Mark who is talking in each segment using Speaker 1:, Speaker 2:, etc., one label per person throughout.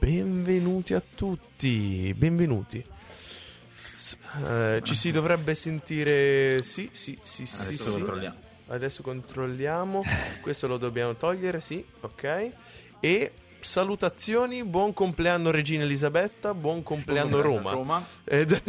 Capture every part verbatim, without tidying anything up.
Speaker 1: benvenuti a tutti, benvenuti. S- eh, ci si dovrebbe sentire. Sì, sì, sì, sì,
Speaker 2: Adesso
Speaker 1: sì.
Speaker 2: controlliamo.
Speaker 1: Adesso controlliamo. Questo lo dobbiamo togliere, sì, ok. E salutazioni, buon compleanno Regina Elisabetta, buon compleanno Roma.
Speaker 2: Roma.
Speaker 1: Ed-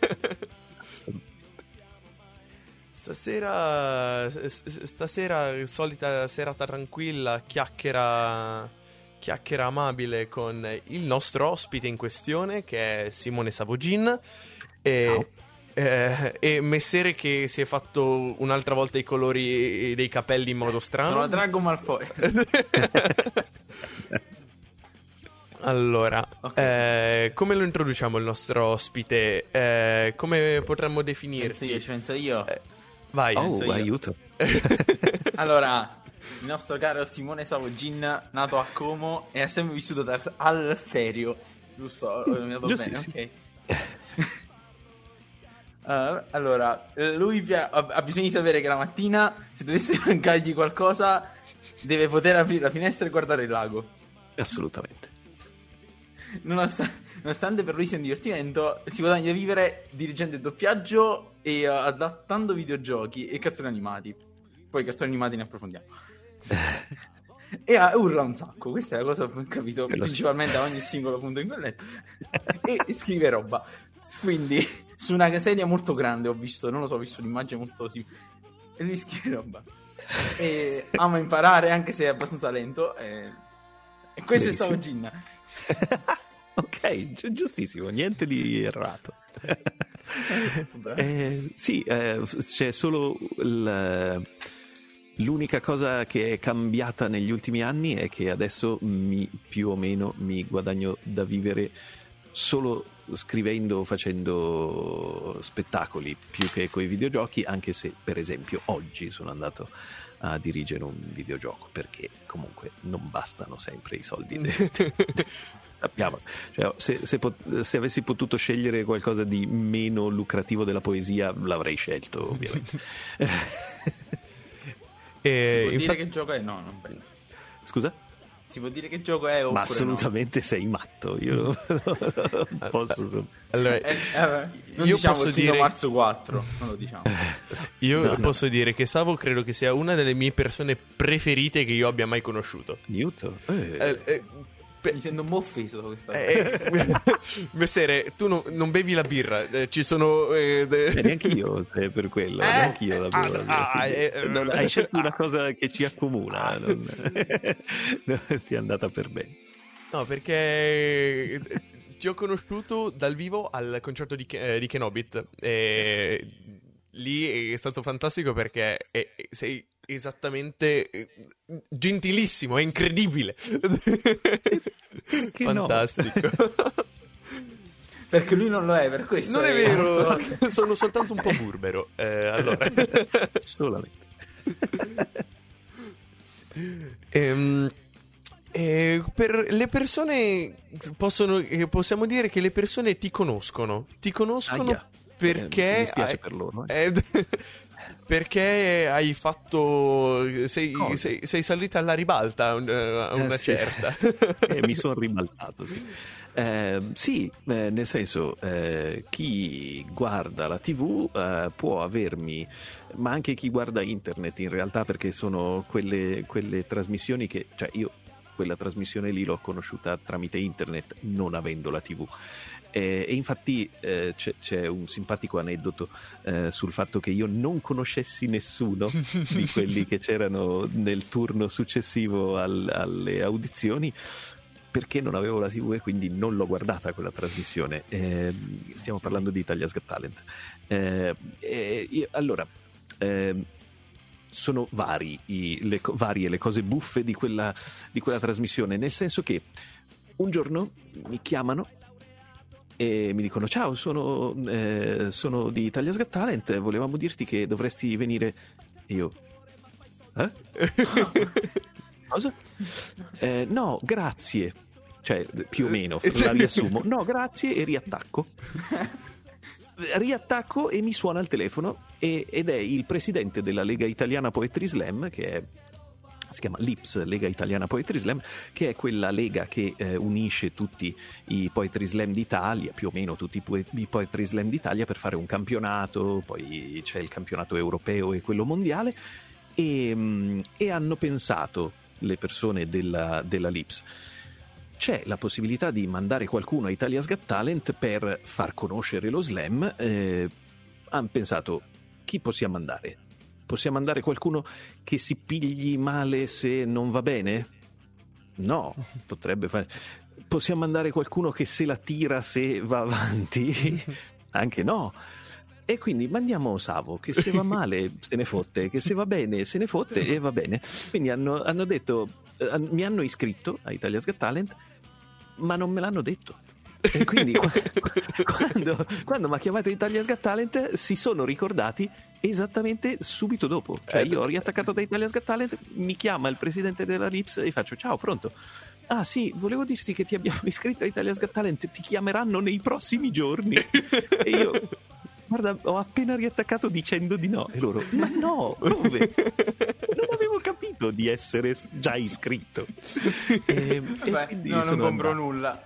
Speaker 1: Stasera, s- stasera, solita serata tranquilla, chiacchiera, chiacchiera amabile con il nostro ospite in questione, che è Simone Savogin, e, eh, e Messere che si è fatto un'altra volta i colori dei capelli in modo strano.
Speaker 2: Sono Drago Malfoy.
Speaker 1: Allora,
Speaker 2: Ok.
Speaker 1: eh, come lo introduciamo il nostro ospite? Eh, come potremmo definirti?
Speaker 2: Penso io, ci penso io.
Speaker 1: Eh, vai.
Speaker 3: Oh,
Speaker 2: penso io.
Speaker 3: aiuto.
Speaker 2: Allora, il nostro caro Simone Savogin, nato a Como e ha sempre vissuto da- al serio. Giusto? Ho nominato bene,
Speaker 3: Giustissimo.
Speaker 2: ok. Uh, allora, eh, lui pi- ha, ha bisogno di sapere che la mattina, se dovesse mancargli qualcosa, deve poter aprire la finestra e guardare il lago.
Speaker 3: Assolutamente.
Speaker 2: Nonost- nonostante per lui sia un divertimento, si guadagna da vivere dirigendo il doppiaggio e uh, adattando videogiochi e cartoni animati. Poi i cartoni animati ne approfondiamo. E uh, urla un sacco, questa è la cosa che ho capito
Speaker 3: Quello sì.
Speaker 2: principalmente a ogni singolo punto in quel letto. e, e scrive roba. Quindi, su una sedia molto grande ho visto, non lo so, ho visto un'immagine molto simile. E lui scrive roba. E ama imparare anche se è abbastanza lento. E, e questo è
Speaker 3: Benissimo.
Speaker 2: Savogin.
Speaker 3: Ok, gi- giustissimo, niente di errato. Eh, sì, eh, c'è solo il- l'unica cosa che è cambiata negli ultimi anni è che adesso mi, più o meno mi guadagno da vivere solo scrivendo o facendo spettacoli più che coi videogiochi, anche se per esempio oggi sono andato a dirigere un videogioco perché comunque non bastano sempre i soldi. Sappiamo, cioè, se, se, pot- se avessi potuto scegliere qualcosa di meno lucrativo della poesia l'avrei scelto, ovviamente.
Speaker 1: E
Speaker 2: Si può
Speaker 1: infa-
Speaker 2: dire che gioco è? No, non penso.
Speaker 3: Scusa?
Speaker 2: Si può dire che gioco è oppure
Speaker 3: Ma assolutamente sei matto, io non posso.
Speaker 1: Allora,
Speaker 2: no? Eh, eh, non
Speaker 1: io
Speaker 2: diciamo
Speaker 1: posso
Speaker 2: il Kingdom
Speaker 1: dire
Speaker 2: Hearts quattro, non lo diciamo.
Speaker 1: io
Speaker 3: No,
Speaker 1: posso dire che Savo credo che sia una delle mie persone preferite che io abbia mai conosciuto.
Speaker 3: Aiuto. Eh,
Speaker 1: Eh, eh, pe-
Speaker 2: Mi sento un po' offeso da questa cosa.
Speaker 1: eh, Messere, tu no- non bevi la birra, eh, ci sono eh, de-
Speaker 3: eh, neanche io, se è per quello,
Speaker 1: Eh?
Speaker 3: neanche io la
Speaker 1: Ah,
Speaker 3: bevo.
Speaker 1: ah, eh,
Speaker 3: Non- hai scelto una cosa che ci accomuna,
Speaker 1: Ah.
Speaker 3: non, non ti è andata per bene.
Speaker 1: No, perché eh, ti ho conosciuto dal vivo al concerto di, Ke- eh, di Kenobit. E lì è stato fantastico perché è- è- sei esattamente eh, gentilissimo, è incredibile.
Speaker 3: Che no?
Speaker 1: Fantastico.
Speaker 2: Perché lui non lo è, per questo.
Speaker 1: Non è vero, sono soltanto un po' burbero. Eh, allora.
Speaker 3: Solamente.
Speaker 1: Ehm, eh, per le persone possono, eh, possiamo dire che le persone ti conoscono, ti conoscono
Speaker 3: Ahia.
Speaker 1: perché
Speaker 3: Eh, mi dispiace
Speaker 1: hai-
Speaker 3: per loro, eh.
Speaker 1: eh, perché hai fatto sei,
Speaker 3: Cosa?
Speaker 1: sei, sei salita alla ribalta a un- a una
Speaker 3: Eh, sì.
Speaker 1: certa.
Speaker 3: Eh, mi sono ribaltato, sì. Eh, sì, eh, nel senso, eh, chi guarda la tivù eh, può avermi, ma anche chi guarda internet in realtà, perché sono quelle, quelle trasmissioni che, cioè io quella trasmissione lì l'ho conosciuta tramite internet non avendo la tivù. Eh, e infatti eh, c'è, c'è un simpatico aneddoto eh, sul fatto che io non conoscessi nessuno di quelli che c'erano nel turno successivo al- alle audizioni, perché non avevo la tivù e quindi non l'ho guardata quella trasmissione. Eh, stiamo parlando di Italia's Got Talent. Eh, eh, io- allora, ehm, sono vari i- le, co- varie le cose buffe di quella, di quella trasmissione, nel senso che un giorno mi chiamano e mi dicono: ciao, sono, eh, sono di Italia's Got Talent, volevamo dirti che dovresti venire. E io eh? Cosa? Eh, no, grazie. Cioè, più o meno, la riassumo. No, grazie, e riattacco. Riattacco e mi suona il telefono e- ed è il presidente della Lega Italiana Poetry Slam, che è si chiama Lips, Lega Italiana Poetry Slam, che è quella lega che eh, unisce tutti i Poetry Slam d'Italia, più o meno tutti i, poe- i Poetry Slam d'Italia, per fare un campionato. Poi c'è il campionato europeo e quello mondiale, e, mh, e hanno pensato le persone della, della Lips, c'è la possibilità di mandare qualcuno a Italia's Got Talent per far conoscere lo slam. Eh, hanno pensato, chi possiamo mandare? Possiamo mandare qualcuno che si pigli male se non va bene? No, potrebbe fare. Possiamo mandare qualcuno che se la tira se va avanti? Anche no. E quindi mandiamo Savo, che se va male se ne fotte, che se va bene se ne fotte e va bene. Quindi hanno, hanno detto, eh, mi hanno iscritto a Italia's Got Talent, ma non me l'hanno detto. E quindi quando, quando mi ha chiamato Italia's Got Talent si sono ricordati esattamente subito dopo. Cioè io ho riattaccato da Italia's Got Talent, mi chiama il presidente della Lips e faccio: ciao, pronto? Ah sì, volevo dirti che ti abbiamo iscritto a Italia's Got Talent, ti chiameranno nei prossimi giorni. E io, guarda, ho appena riattaccato dicendo di no. E loro, ma no, dove? Non avevo capito di essere già iscritto. E,
Speaker 2: Vabbè,
Speaker 3: e quindi
Speaker 2: no, non
Speaker 3: sono
Speaker 2: compro
Speaker 3: andato.
Speaker 2: nulla.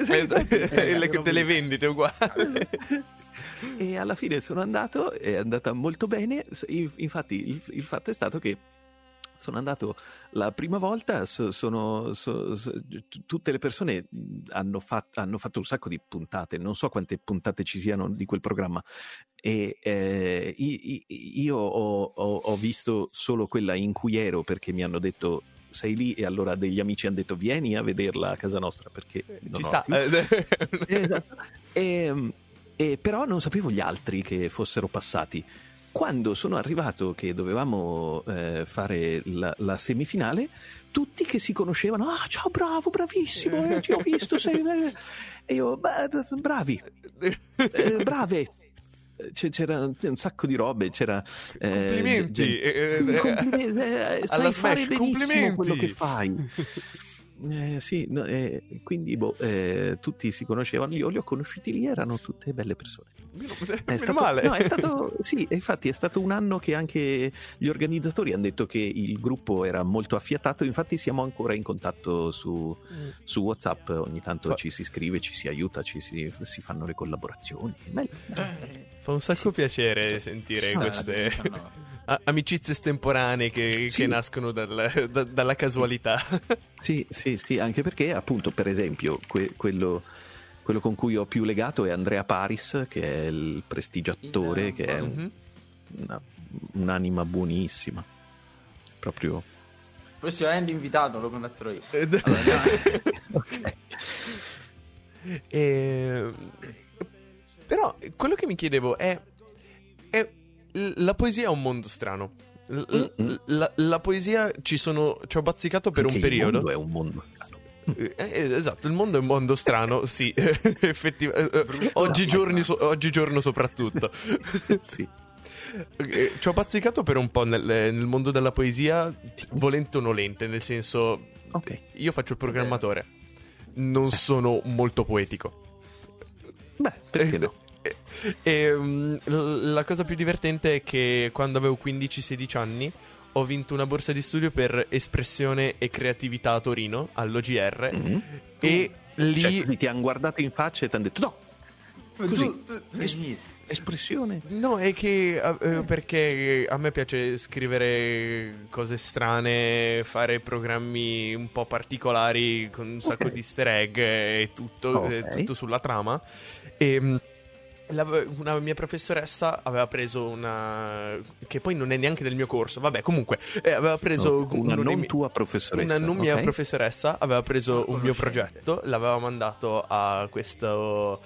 Speaker 1: E le delle vendite uguali.
Speaker 3: E alla fine sono andato, è andata molto bene. Infatti il, il fatto è stato che sono andato la prima volta, so, sono, so, so, tutte le persone hanno, fat, hanno fatto un sacco di puntate, non so quante puntate ci siano di quel programma, e eh, io ho, ho, ho visto solo quella in cui ero, perché mi hanno detto sei lì, e allora degli amici hanno detto vieni a vederla a casa nostra, perché
Speaker 1: ci
Speaker 3: non
Speaker 1: sta.
Speaker 3: Esatto. e, e però non sapevo gli altri che fossero passati. Quando sono arrivato che dovevamo eh, fare la, la semifinale, tutti che si conoscevano, ah ciao, bravo, bravissimo, eh, ti ho visto, sei... e io, beh, bravi, eh, brave. C'era un sacco di robe, c'era eh,
Speaker 1: complimenti,
Speaker 3: eh, sì, complimenti eh, sai fare
Speaker 1: Smash,
Speaker 3: benissimo quello che fai. Eh, sì, no, eh, quindi boh, eh, tutti si conoscevano, io li ho conosciuti lì, erano tutte belle persone. È stato,
Speaker 1: male.
Speaker 3: No, è stato, sì, infatti è stato un anno che anche gli organizzatori hanno detto che il gruppo era molto affiatato, infatti siamo ancora in contatto su, mm. su WhatsApp, ogni tanto Fa... ci si scrive, ci si aiuta, ci si, si fanno le collaborazioni. Bello.
Speaker 1: Eh, fa un sacco sì. piacere sentire
Speaker 3: ah,
Speaker 1: queste a- amicizie estemporanee che, sì. che nascono dal, da, dalla casualità.
Speaker 3: Sì, sì, sì, anche perché appunto, per esempio, que- quello... Quello con cui ho più legato è Andrea Paris, che è il prestigiatore, che è un, una, un'anima buonissima. Proprio.
Speaker 2: Prossimamente invitato, lo contatterò io.
Speaker 1: Allora, okay. e... Però quello che mi chiedevo è, è la poesia è un mondo strano. L- la, la poesia ci sono ci ho bazzicato per
Speaker 3: Anche
Speaker 1: un periodo.
Speaker 3: Il mondo è un mondo.
Speaker 1: Eh, esatto, il mondo è un mondo strano, sì, effettivamente, eh, oggigiorno, so, oggigiorno soprattutto.
Speaker 3: Sì.
Speaker 1: Eh, ci ho bazzicato per un po' nel, nel mondo della poesia, volente o nolente, nel senso,
Speaker 3: okay.
Speaker 1: Io faccio il programmatore, non sono molto poetico.
Speaker 3: Beh, perché no?
Speaker 1: E, e, um, la cosa più divertente è che quando avevo quindici sedici anni ho vinto una borsa di studio per espressione e creatività a Torino, all'O G R, mm-hmm. E
Speaker 3: tu,
Speaker 1: lì...
Speaker 3: Cioè, ti hanno guardato in faccia e ti hanno detto no, così,
Speaker 2: tu, tu,
Speaker 3: es- espressione.
Speaker 1: No, è che eh, perché a me piace scrivere cose strane, fare programmi un po' particolari con un sacco okay. di easter egg e tutto, okay. eh, tutto sulla trama. E... La, una mia professoressa aveva preso una che poi non è neanche del mio corso, vabbè, comunque eh, aveva preso
Speaker 3: no, una non
Speaker 1: mi...
Speaker 3: tua professoressa,
Speaker 1: una non mia
Speaker 3: okay.
Speaker 1: professoressa aveva preso un mio progetto, l'aveva mandato a questo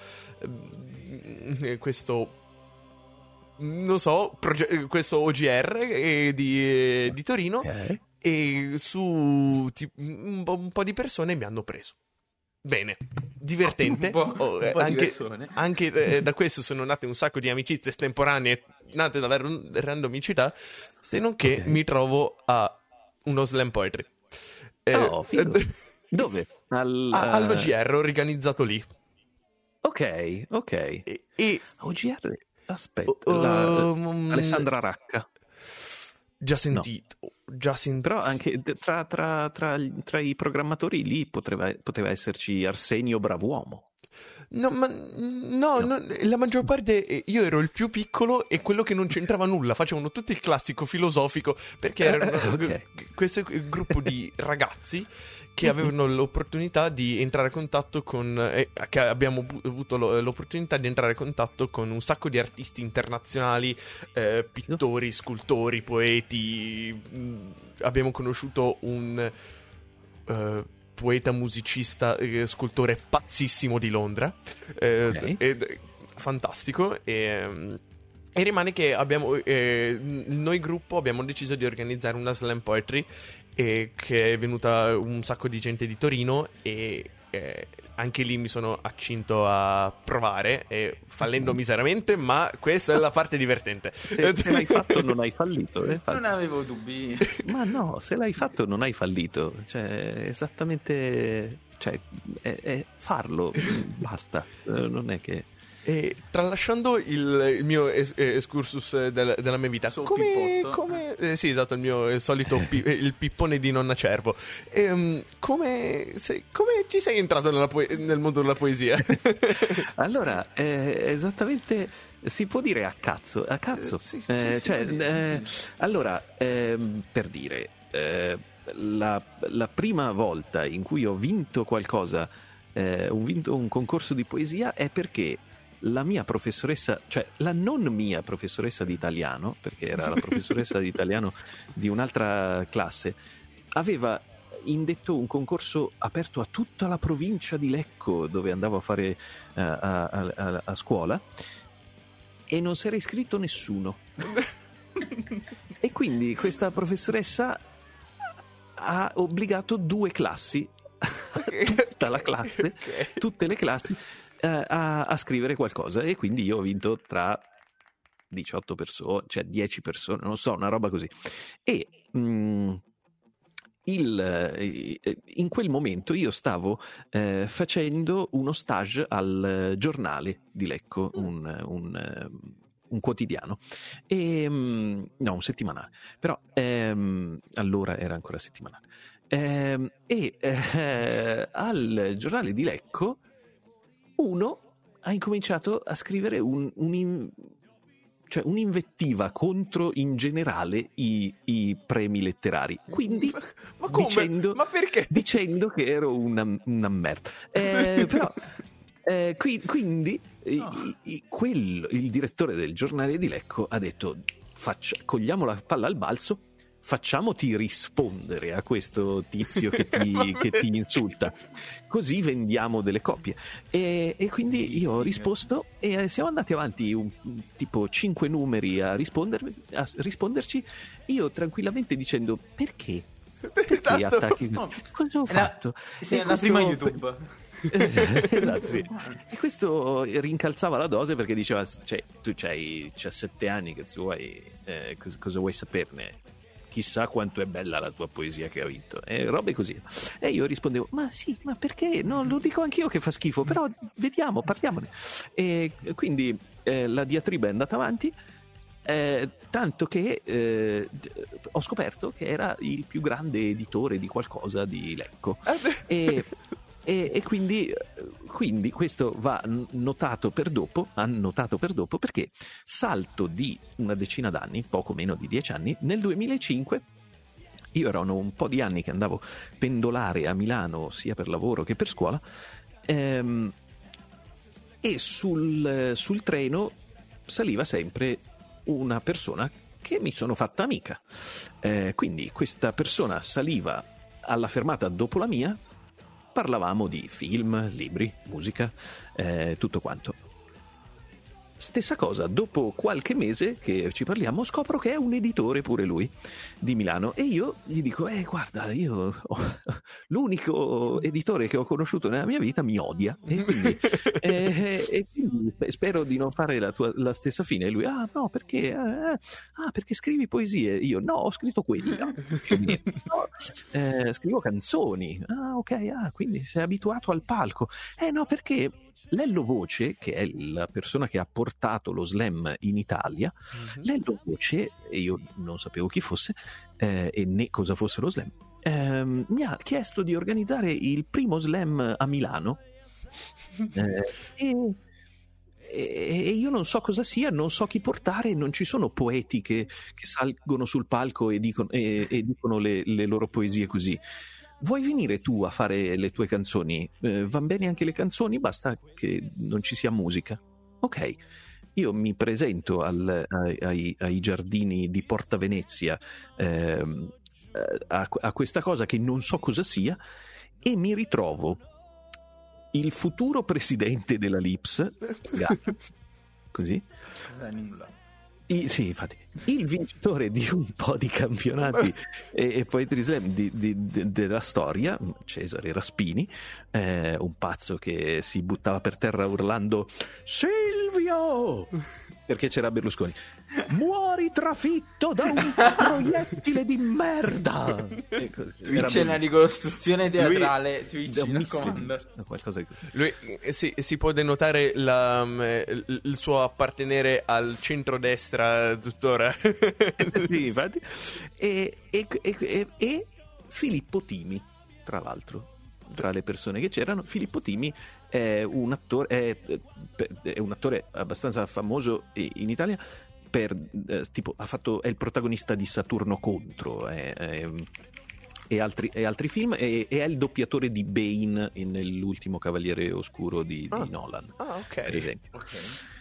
Speaker 1: questo non so proge- questo O G R di, di Torino, okay. E su tipo, un, po', un po' di persone mi hanno preso. Bene, divertente.
Speaker 2: un po',
Speaker 1: oh,
Speaker 2: un po'
Speaker 1: anche anche eh, da questo sono nate un sacco di amicizie estemporanee nate dalla r- randomicità, se non che okay. mi trovo a uno slam poetry.
Speaker 3: Eh, oh, figo. Dove? Al,
Speaker 1: a, allo G R, organizzato lì.
Speaker 3: Ok, ok.
Speaker 1: E, e
Speaker 3: O G R, aspetta, uh, la, um, Alessandra Racca.
Speaker 1: Già sentito.
Speaker 3: No.
Speaker 1: già sin...
Speaker 3: Però anche tra, tra, tra, tra i programmatori lì poteva, poteva esserci Arsenio Bravuomo.
Speaker 1: No, ma no,
Speaker 3: No.
Speaker 1: no, la maggior parte eh, io ero il più piccolo e quello che non c'entrava nulla, facevano tutti il classico filosofico, perché erano
Speaker 3: Ok.
Speaker 1: questo gruppo di ragazzi che avevano l'opportunità di entrare a contatto con eh, che abbiamo bu- avuto lo- l'opportunità di entrare a contatto con un sacco di artisti internazionali, eh, pittori, scultori, poeti. Mh, abbiamo conosciuto un eh, poeta, musicista, eh, scultore pazzissimo di Londra, eh,
Speaker 3: Ok.
Speaker 1: ed- fantastico. E, e rimane che abbiamo, eh, noi gruppo abbiamo deciso di organizzare una slam poetry, e che è venuta un sacco di gente di Torino, e eh, anche lì mi sono accinto a provare, e fallendo miseramente, ma questa è la parte divertente.
Speaker 3: Se, se l'hai fatto non hai fallito. eh?
Speaker 2: Non avevo dubbi.
Speaker 3: Ma no, se l'hai fatto non hai fallito. Cioè, esattamente... Cioè, è, è farlo, basta. Eh, non è che...
Speaker 1: E tralasciando il, il mio es- eh, excursus del- della mia vita,
Speaker 2: Sul
Speaker 1: come,
Speaker 2: pippotto.
Speaker 1: come eh, sì, esatto, il mio il solito pi- eh, il pippone di nonna Cervo. Ehm, come, sei- come ci sei entrato nella poe- nel mondo della poesia?
Speaker 3: Allora, eh, esattamente, si può dire a cazzo, a cazzo.
Speaker 1: Eh, sì, sì,
Speaker 3: Eh,
Speaker 1: sì,
Speaker 3: cioè,
Speaker 1: sì.
Speaker 3: eh, allora, ehm, per dire, eh, la, la prima volta in cui ho vinto qualcosa, eh, ho vinto un concorso di poesia, è perché la mia professoressa, cioè la non mia professoressa di italiano, perché era la professoressa di italiano di un'altra classe, aveva indetto un concorso aperto a tutta la provincia di Lecco, dove andavo a fare eh, a, a- a- a scuola, e non si era iscritto nessuno. E quindi questa professoressa ha obbligato due classi, tutta la classe,
Speaker 1: Ok.
Speaker 3: tutte le classi, eh, a, a scrivere qualcosa, e quindi io ho vinto tra diciotto persone, cioè dieci persone, non so, una roba così. E mh, il, eh, in quel momento io stavo eh, facendo uno stage al Giornale di Lecco, un, un, eh, un quotidiano, e, mh, no, un settimanale, però ehm, allora era ancora settimanale. Ehm, e eh, al Giornale di Lecco uno ha incominciato a scrivere un, un in- cioè un'invettiva contro in generale i, i premi letterari, quindi
Speaker 1: Ma, ma come?
Speaker 3: dicendo,
Speaker 1: Ma perché?
Speaker 3: dicendo che ero una, una merda. Eh, però eh, qui- quindi eh,
Speaker 2: No.
Speaker 3: i- i- quello- il direttore del Giornale di Lecco ha detto: "Faccia- cogliamo la palla al balzo, facciamoti rispondere a questo tizio che ti, che ti insulta, così vendiamo delle copie". E, e quindi io ho risposto, e siamo andati avanti un, tipo cinque numeri a, rispondermi, a risponderci, io tranquillamente dicendo: perché? Perché
Speaker 1: Esatto.
Speaker 3: attacchi?
Speaker 2: No.
Speaker 3: Cosa ho
Speaker 2: È la-
Speaker 3: fatto?
Speaker 2: sì,
Speaker 3: E
Speaker 2: è la
Speaker 3: questo-
Speaker 2: prima YouTube.
Speaker 3: esatto, sì. E questo rincalzava la dose, perché diceva: cioè, tu c'hai diciassette anni, che tu vuoi, eh, cosa, cosa vuoi saperne? Chissà quanto è bella la tua poesia che ha vinto, e robe così. E io rispondevo: ma sì, ma perché? No, lo dico anch'io che fa schifo, però vediamo, parliamone. E quindi eh, la diatriba è andata avanti, eh, tanto che eh, ho scoperto che era il più grande editore di qualcosa di Lecco. E, e, e quindi, quindi questo va notato per dopo, annotato per dopo, perché salto di una decina d'anni, poco meno di dieci anni, nel duemilacinque. Io erano un po' di anni che andavo pendolare a Milano sia per lavoro che per scuola, ehm, e sul, sul treno saliva sempre una persona che mi sono fatta amica. Eh, quindi questa persona saliva alla fermata dopo la mia, parlavamo di film, libri, musica, eh, tutto quanto. Stessa cosa, dopo qualche mese che ci parliamo, scopro che è un editore pure lui di Milano, e io gli dico: eh guarda, io ho- l'unico editore che ho conosciuto nella mia vita mi odia, e quindi, eh, e quindi spero di non fare la, tua, la stessa fine. E lui: ah no, perché? Eh, ah, perché scrivi poesie? Io: no, ho scritto quelli. No, no, eh, scrivo canzoni. Ah ok, ah, quindi sei abituato al palco. Eh no, perché Lello Voce, che è la persona che ha portato lo slam in Italia, mm-hmm. Lello Voce, e io non sapevo chi fosse eh, e né cosa fosse lo slam, ehm, mi ha chiesto di organizzare il primo slam a Milano eh, e, e io non so cosa sia, non so chi portare, non ci sono poeti che, che salgono sul palco e dicono, e, e dicono le, le loro poesie così. Vuoi venire tu a fare le tue canzoni? Eh, van bene anche le canzoni, basta che non ci sia musica. Ok, io mi presento al, ai, ai, ai giardini di Porta Venezia ehm, a, a questa cosa che non so cosa sia e mi ritrovo il futuro presidente della L I P S, così?
Speaker 2: Nulla.
Speaker 3: I, sì, infatti, il vincitore di un po' di campionati e, e Poetry Slam di, di, di, della storia, Cesare Raspini, eh, un pazzo che si buttava per terra urlando Silvio! Perché c'era Berlusconi. Muori trafitto da un proiettile di merda!
Speaker 2: Twitch è una ricostruzione teatrale. Lui, Twitch, mi raccomando.
Speaker 3: Qualcosa di così.
Speaker 1: Lui eh, sì, si può denotare la, il, il suo appartenere al centrodestra tuttora.
Speaker 3: Sì, infatti. E, e, e, e Filippo Timi, tra l'altro, tra le persone che c'erano, Filippo Timi è un attore, è, è un attore abbastanza famoso in Italia. Per, eh, tipo, ha fatto, è il protagonista di Saturno Contro è, è, e, altri, e altri film e, e è il doppiatore di Bane nell'ultimo Cavaliere Oscuro di,
Speaker 1: ah.
Speaker 3: di Nolan,
Speaker 1: ah, ok,
Speaker 3: per esempio.
Speaker 2: Okay.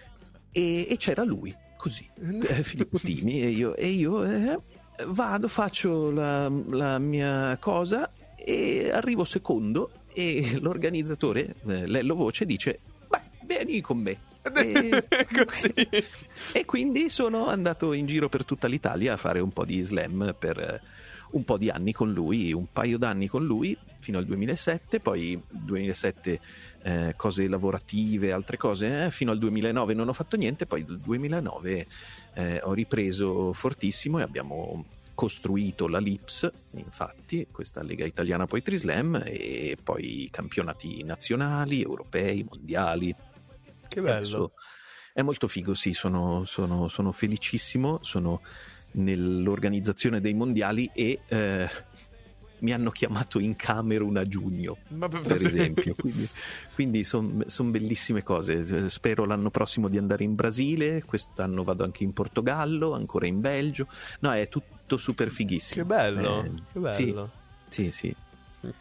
Speaker 3: E, e c'era lui così eh, Filippo Timi e io, e io eh, vado, faccio la, la mia cosa e arrivo secondo e l'organizzatore eh, Lello Voce dice beh, vieni con me. E,
Speaker 1: così.
Speaker 3: E quindi sono andato in giro per tutta l'Italia a fare un po' di slam per eh, un po' di anni con lui, un paio d'anni con lui fino al duemilasette, poi duemilasette eh, cose lavorative, altre cose, eh, fino al duemilanove non ho fatto niente, poi nel duemilanove eh, ho ripreso fortissimo e abbiamo costruito la L I P S, infatti, questa Lega Italiana Poetry Slam, e poi campionati nazionali, europei, mondiali.
Speaker 1: Che bello.
Speaker 3: Adesso è molto figo, sì, sono, sono, sono felicissimo, sono nell'organizzazione dei mondiali e eh, mi hanno chiamato in Camerun a giugno, per esempio, quindi, quindi sono son bellissime cose. Spero l'anno prossimo di andare in Brasile, quest'anno vado anche in Portogallo, ancora in Belgio, no, è tutto super fighissimo.
Speaker 1: Che bello,
Speaker 3: eh,
Speaker 1: che bello.
Speaker 3: Sì, sì, sì.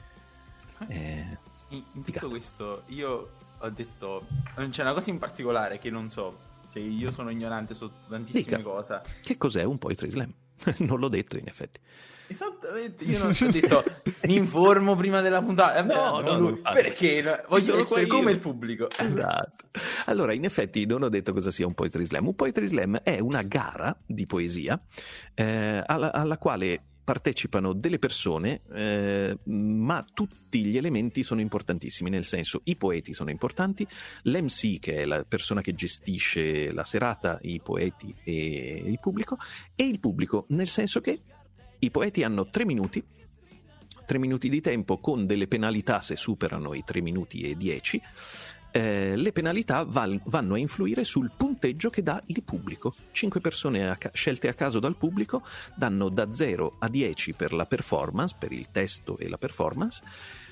Speaker 3: Eh,
Speaker 2: in, in tutto questo io ho detto, c'è una cosa in particolare che non so, cioè io sono ignorante su tantissime
Speaker 3: Dica.
Speaker 2: cose.
Speaker 3: Che cos'è un Poetry Slam? Non l'ho detto in effetti.
Speaker 2: Esattamente, io non ho detto mi informo prima della puntata. Eh,
Speaker 3: No, no,
Speaker 2: lui,
Speaker 3: no,
Speaker 2: perché no, voglio
Speaker 3: sono
Speaker 2: essere
Speaker 3: qua io.
Speaker 2: come il pubblico.
Speaker 3: Esatto. Allora, in effetti non ho detto cosa sia un Poetry Slam. Un Poetry Slam è una gara di poesia eh, alla, alla quale partecipano delle persone, eh, ma tutti gli elementi sono importantissimi, nel senso i poeti sono importanti, l'M C che è la persona che gestisce la serata, i poeti e il pubblico, e il pubblico, nel senso che i poeti hanno tre minuti, tre minuti di tempo con delle penalità se superano i tre minuti e dieci. Eh, le penalità val- vanno a influire sul punteggio che dà il pubblico. Cinque persone a ca- scelte a caso dal pubblico danno da zero a dieci per la performance, per il testo e la performance,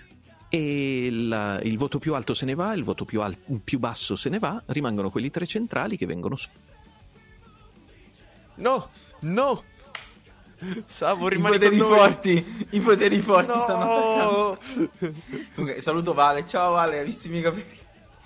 Speaker 3: e la- il voto più alto se ne va, il voto più, al- più basso se ne va, rimangono quelli tre centrali che vengono su-
Speaker 1: No, no. Savo,
Speaker 2: I
Speaker 1: rimani
Speaker 2: poteri
Speaker 1: con noi.
Speaker 2: forti, i poteri forti
Speaker 1: No.
Speaker 2: stanno attaccando. Comunque, saluto Vale, ciao Vale, hai visto i miei capelli?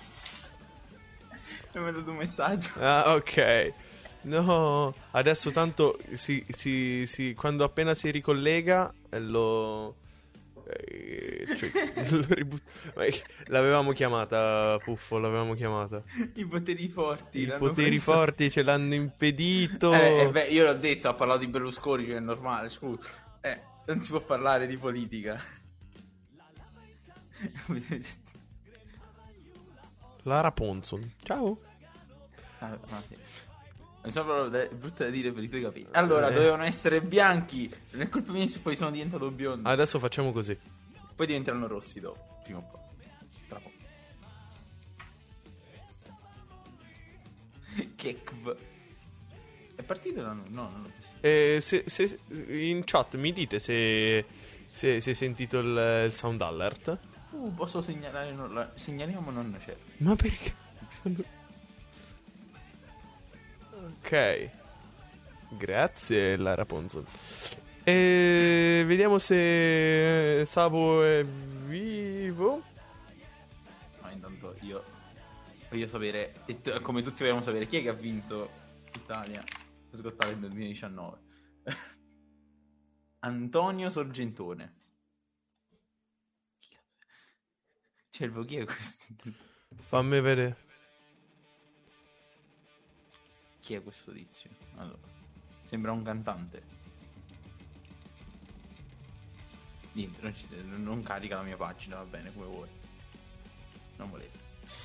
Speaker 2: Mi ha mandato un messaggio.
Speaker 1: Ah, ok. No, adesso tanto si, si, si, quando appena si ricollega eh, lo, eh, cioè, lo ribut- Ma è- l'avevamo chiamata Puffo, l'avevamo chiamata.
Speaker 2: I poteri forti.
Speaker 1: I
Speaker 2: l'hanno
Speaker 1: poteri
Speaker 2: preso.
Speaker 1: forti ce l'hanno impedito.
Speaker 2: Eh, eh, beh, io l'ho detto, ha parlato di Berlusconi, cioè è normale, scusa. Eh, non si può parlare di politica.
Speaker 1: Lara Ponson, ciao.
Speaker 2: Ah, ah, sì. Mi sembra proprio da- brutto da dire per i tuoi capelli. Allora,
Speaker 1: Eh.
Speaker 2: dovevano essere bianchi. Non è colpa mia se poi sono diventato biondo.
Speaker 1: Adesso facciamo così.
Speaker 2: Poi diventeranno rossi dopo, prima o poi. Tra poco. Kekv. È partito o no? No, non l'ho visto.
Speaker 1: Eh, se, se, in chat mi dite se, se, se hai sentito il, il sound alert.
Speaker 2: Uh, posso segnalare? Non la, segnaliamo non c'è.
Speaker 1: Ma perché? Ok. Grazie Lara Ponzon. E vediamo se Sabo è vivo.
Speaker 2: Ma intanto io voglio sapere, e t- come tutti vogliamo sapere, chi è che ha vinto Italia sgottata nel duemiladiciannove. Antonio Sorgentone. Chi cazzo è? Cervo, chi è questo?
Speaker 1: Fammi vedere.
Speaker 2: Chi è questo tizio? Allora, sembra un cantante. Niente, non, ci, non carica la mia pagina, va bene, come vuoi. Non volete.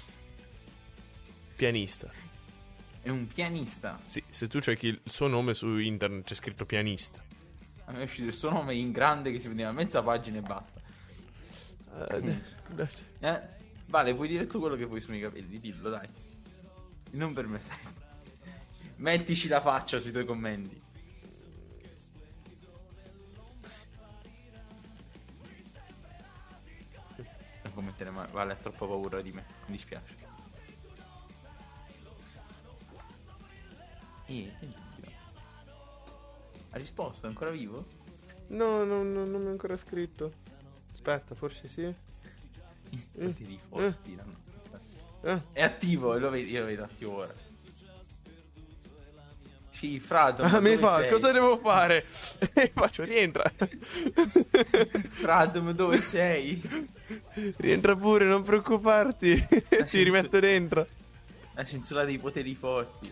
Speaker 1: Pianista.
Speaker 2: È un pianista.
Speaker 1: Sì, se tu cerchi il suo nome su internet c'è scritto pianista.
Speaker 2: A me è uscito il suo nome in grande che si vedeva mezza pagina e basta.
Speaker 1: Uh,
Speaker 2: Eh? Vale, puoi dire tu quello che vuoi sui miei capelli, dillo dai. Non per me stai. Mettici la faccia sui tuoi commenti. Non commettere mai, Vale ha troppa paura di me, mi dispiace. Eh, ha risposto, è ancora vivo?
Speaker 1: No, no, no, non mi ha ancora scritto. Aspetta, forse sì.
Speaker 2: Poteri forti, no?
Speaker 1: Eh.
Speaker 2: È attivo, lo vedi, io lo vedo attivo ora. Cifrato.
Speaker 1: Ah, mi fa, sei? Cosa devo fare? Faccio, rientra.
Speaker 2: Fradom, dove sei?
Speaker 1: Rientra pure, non preoccuparti. Ti
Speaker 2: censu-
Speaker 1: rimetto dentro.
Speaker 2: La censura dei poteri forti.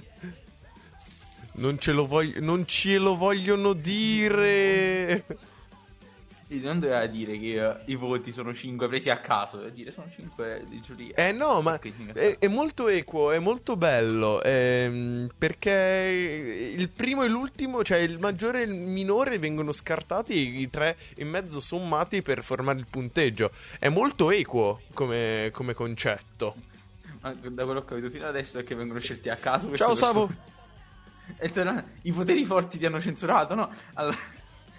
Speaker 1: Non ce lo voglio, non ce lo vogliono dire.
Speaker 2: E non doveva dire che uh, i voti sono cinque presi a caso, doveva dire sono cinque di giuria.
Speaker 1: Eh no, ma è, è molto equo, è molto bello, ehm, perché il primo e l'ultimo, cioè il maggiore e il minore vengono scartati e i tre e mezzo sommati per formare il punteggio. È molto equo come, come concetto.
Speaker 2: Ma da quello che ho capito fino adesso è che vengono scelti a caso.
Speaker 1: Ciao Savo.
Speaker 2: E te, i poteri forti ti hanno censurato, no? Allora...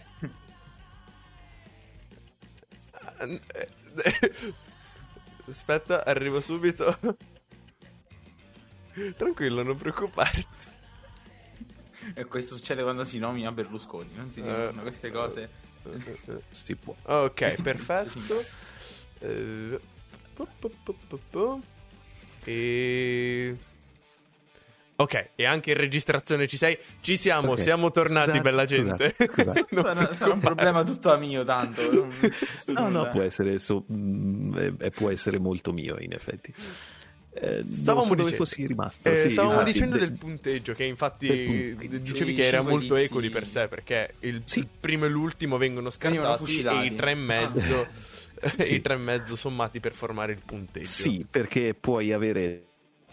Speaker 1: Aspetta, arrivo subito. Tranquillo, non preoccuparti.
Speaker 2: E questo succede quando si nomina Berlusconi. Non si dicono uh, queste cose.
Speaker 3: Uh, uh, uh, si può.
Speaker 1: Ok, perfetto. uh, E... Ok, e anche in registrazione ci sei? Ci siamo, okay. Siamo tornati, scusate, bella gente.
Speaker 2: Scusate, scusate. sarà, sarà un problema tutto mio, tanto. Non,
Speaker 3: no, no, può essere, so, mh, eh, può essere molto mio, in effetti. Eh,
Speaker 1: stavamo
Speaker 3: so
Speaker 1: dicendo,
Speaker 3: dove fossi rimasto.
Speaker 1: Eh,
Speaker 3: sì,
Speaker 1: stavamo
Speaker 3: infatti,
Speaker 1: dicendo
Speaker 3: de...
Speaker 1: del punteggio, che infatti dicevi che era molto equo di per sé, perché il, sì. il primo e l'ultimo vengono scartati e i tre e mezzo, sì. i tre e mezzo sommati per formare il punteggio.
Speaker 3: Sì, perché puoi avere...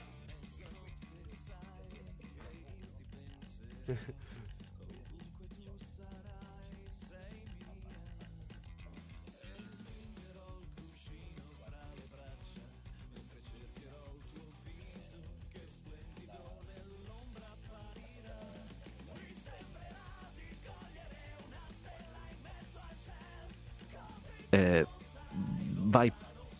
Speaker 3: Eh, vai.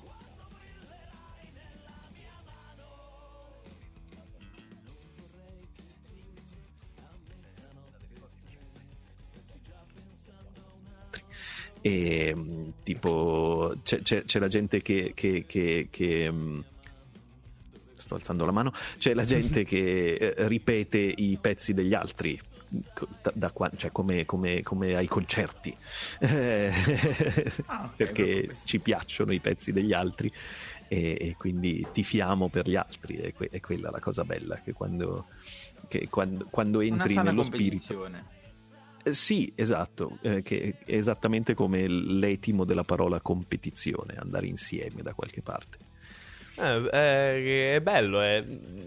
Speaker 3: E tipo c'è, c'è, c'è la gente che, che, che, che sto alzando la mano, c'è la gente che eh, ripete i pezzi degli altri. Da, da qua, cioè come, come, come ai concerti eh, ah, okay, perché ci piacciono i pezzi degli altri e, e quindi tifiamo per gli altri. È, que- è quella la cosa bella, che quando, che quando, quando entri nello spirito eh, sì, esatto, eh, che è esattamente come l'etimo della parola competizione, andare insieme da qualche parte.
Speaker 1: eh, è, è bello è...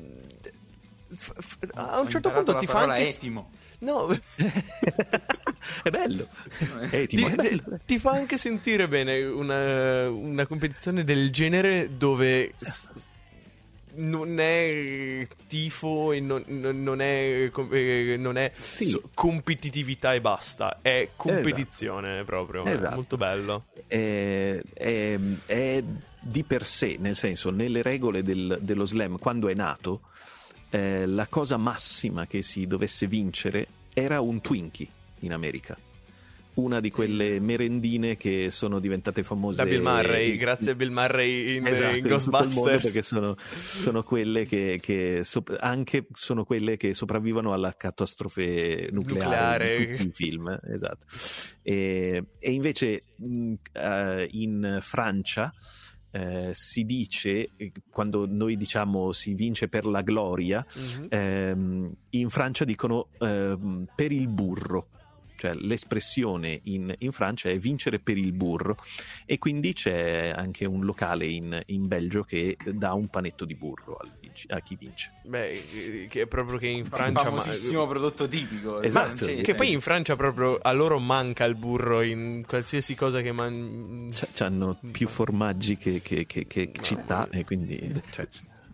Speaker 1: a un certo punto ti fa anche
Speaker 2: etimo.
Speaker 1: No,
Speaker 3: è bello. Etimo,
Speaker 1: ti,
Speaker 3: è bello.
Speaker 1: Ti fa anche sentire bene una, una competizione del genere dove non è tifo e non, non- non è, eh, non è
Speaker 3: Sì.
Speaker 1: so- competitività e basta, è competizione proprio, è
Speaker 3: Esatto.
Speaker 1: molto bello.
Speaker 3: è, è- è di per sé, nel senso, nelle regole del- dello slam, quando è nato, eh, la cosa massima che si dovesse vincere era un Twinkie in America. Una di quelle merendine che sono diventate famose
Speaker 1: Da Bill Murray,
Speaker 3: in-
Speaker 1: grazie a Bill Murray in,
Speaker 3: Esatto,
Speaker 1: in
Speaker 3: in tutto il mondo,
Speaker 1: Ghostbusters.
Speaker 3: perché sono, sono quelle che, che sop- anche sono quelle che sopravvivono alla catastrofe nucleare,
Speaker 1: Nucleare.
Speaker 3: in tutti i film, esatto. E, e invece mh, eh, in Francia eh, si dice, eh, quando noi diciamo si vince per la gloria,
Speaker 1: Mhm.
Speaker 3: ehm, in Francia dicono ehm, per il burro. Cioè l'espressione in, in Francia è vincere per il burro, e quindi c'è anche un locale in, in Belgio che dà un panetto di burro al vinci- a chi vince.
Speaker 1: Beh, che è proprio che in
Speaker 2: Il
Speaker 1: Francia ma-
Speaker 2: famosissimo prodotto tipico.
Speaker 3: Esatto.
Speaker 2: francese.
Speaker 1: che poi in Francia proprio a loro manca il burro in qualsiasi cosa che man...
Speaker 3: C- C'hanno più formaggi che, che- che- che
Speaker 1: No.
Speaker 3: città, e quindi cioè,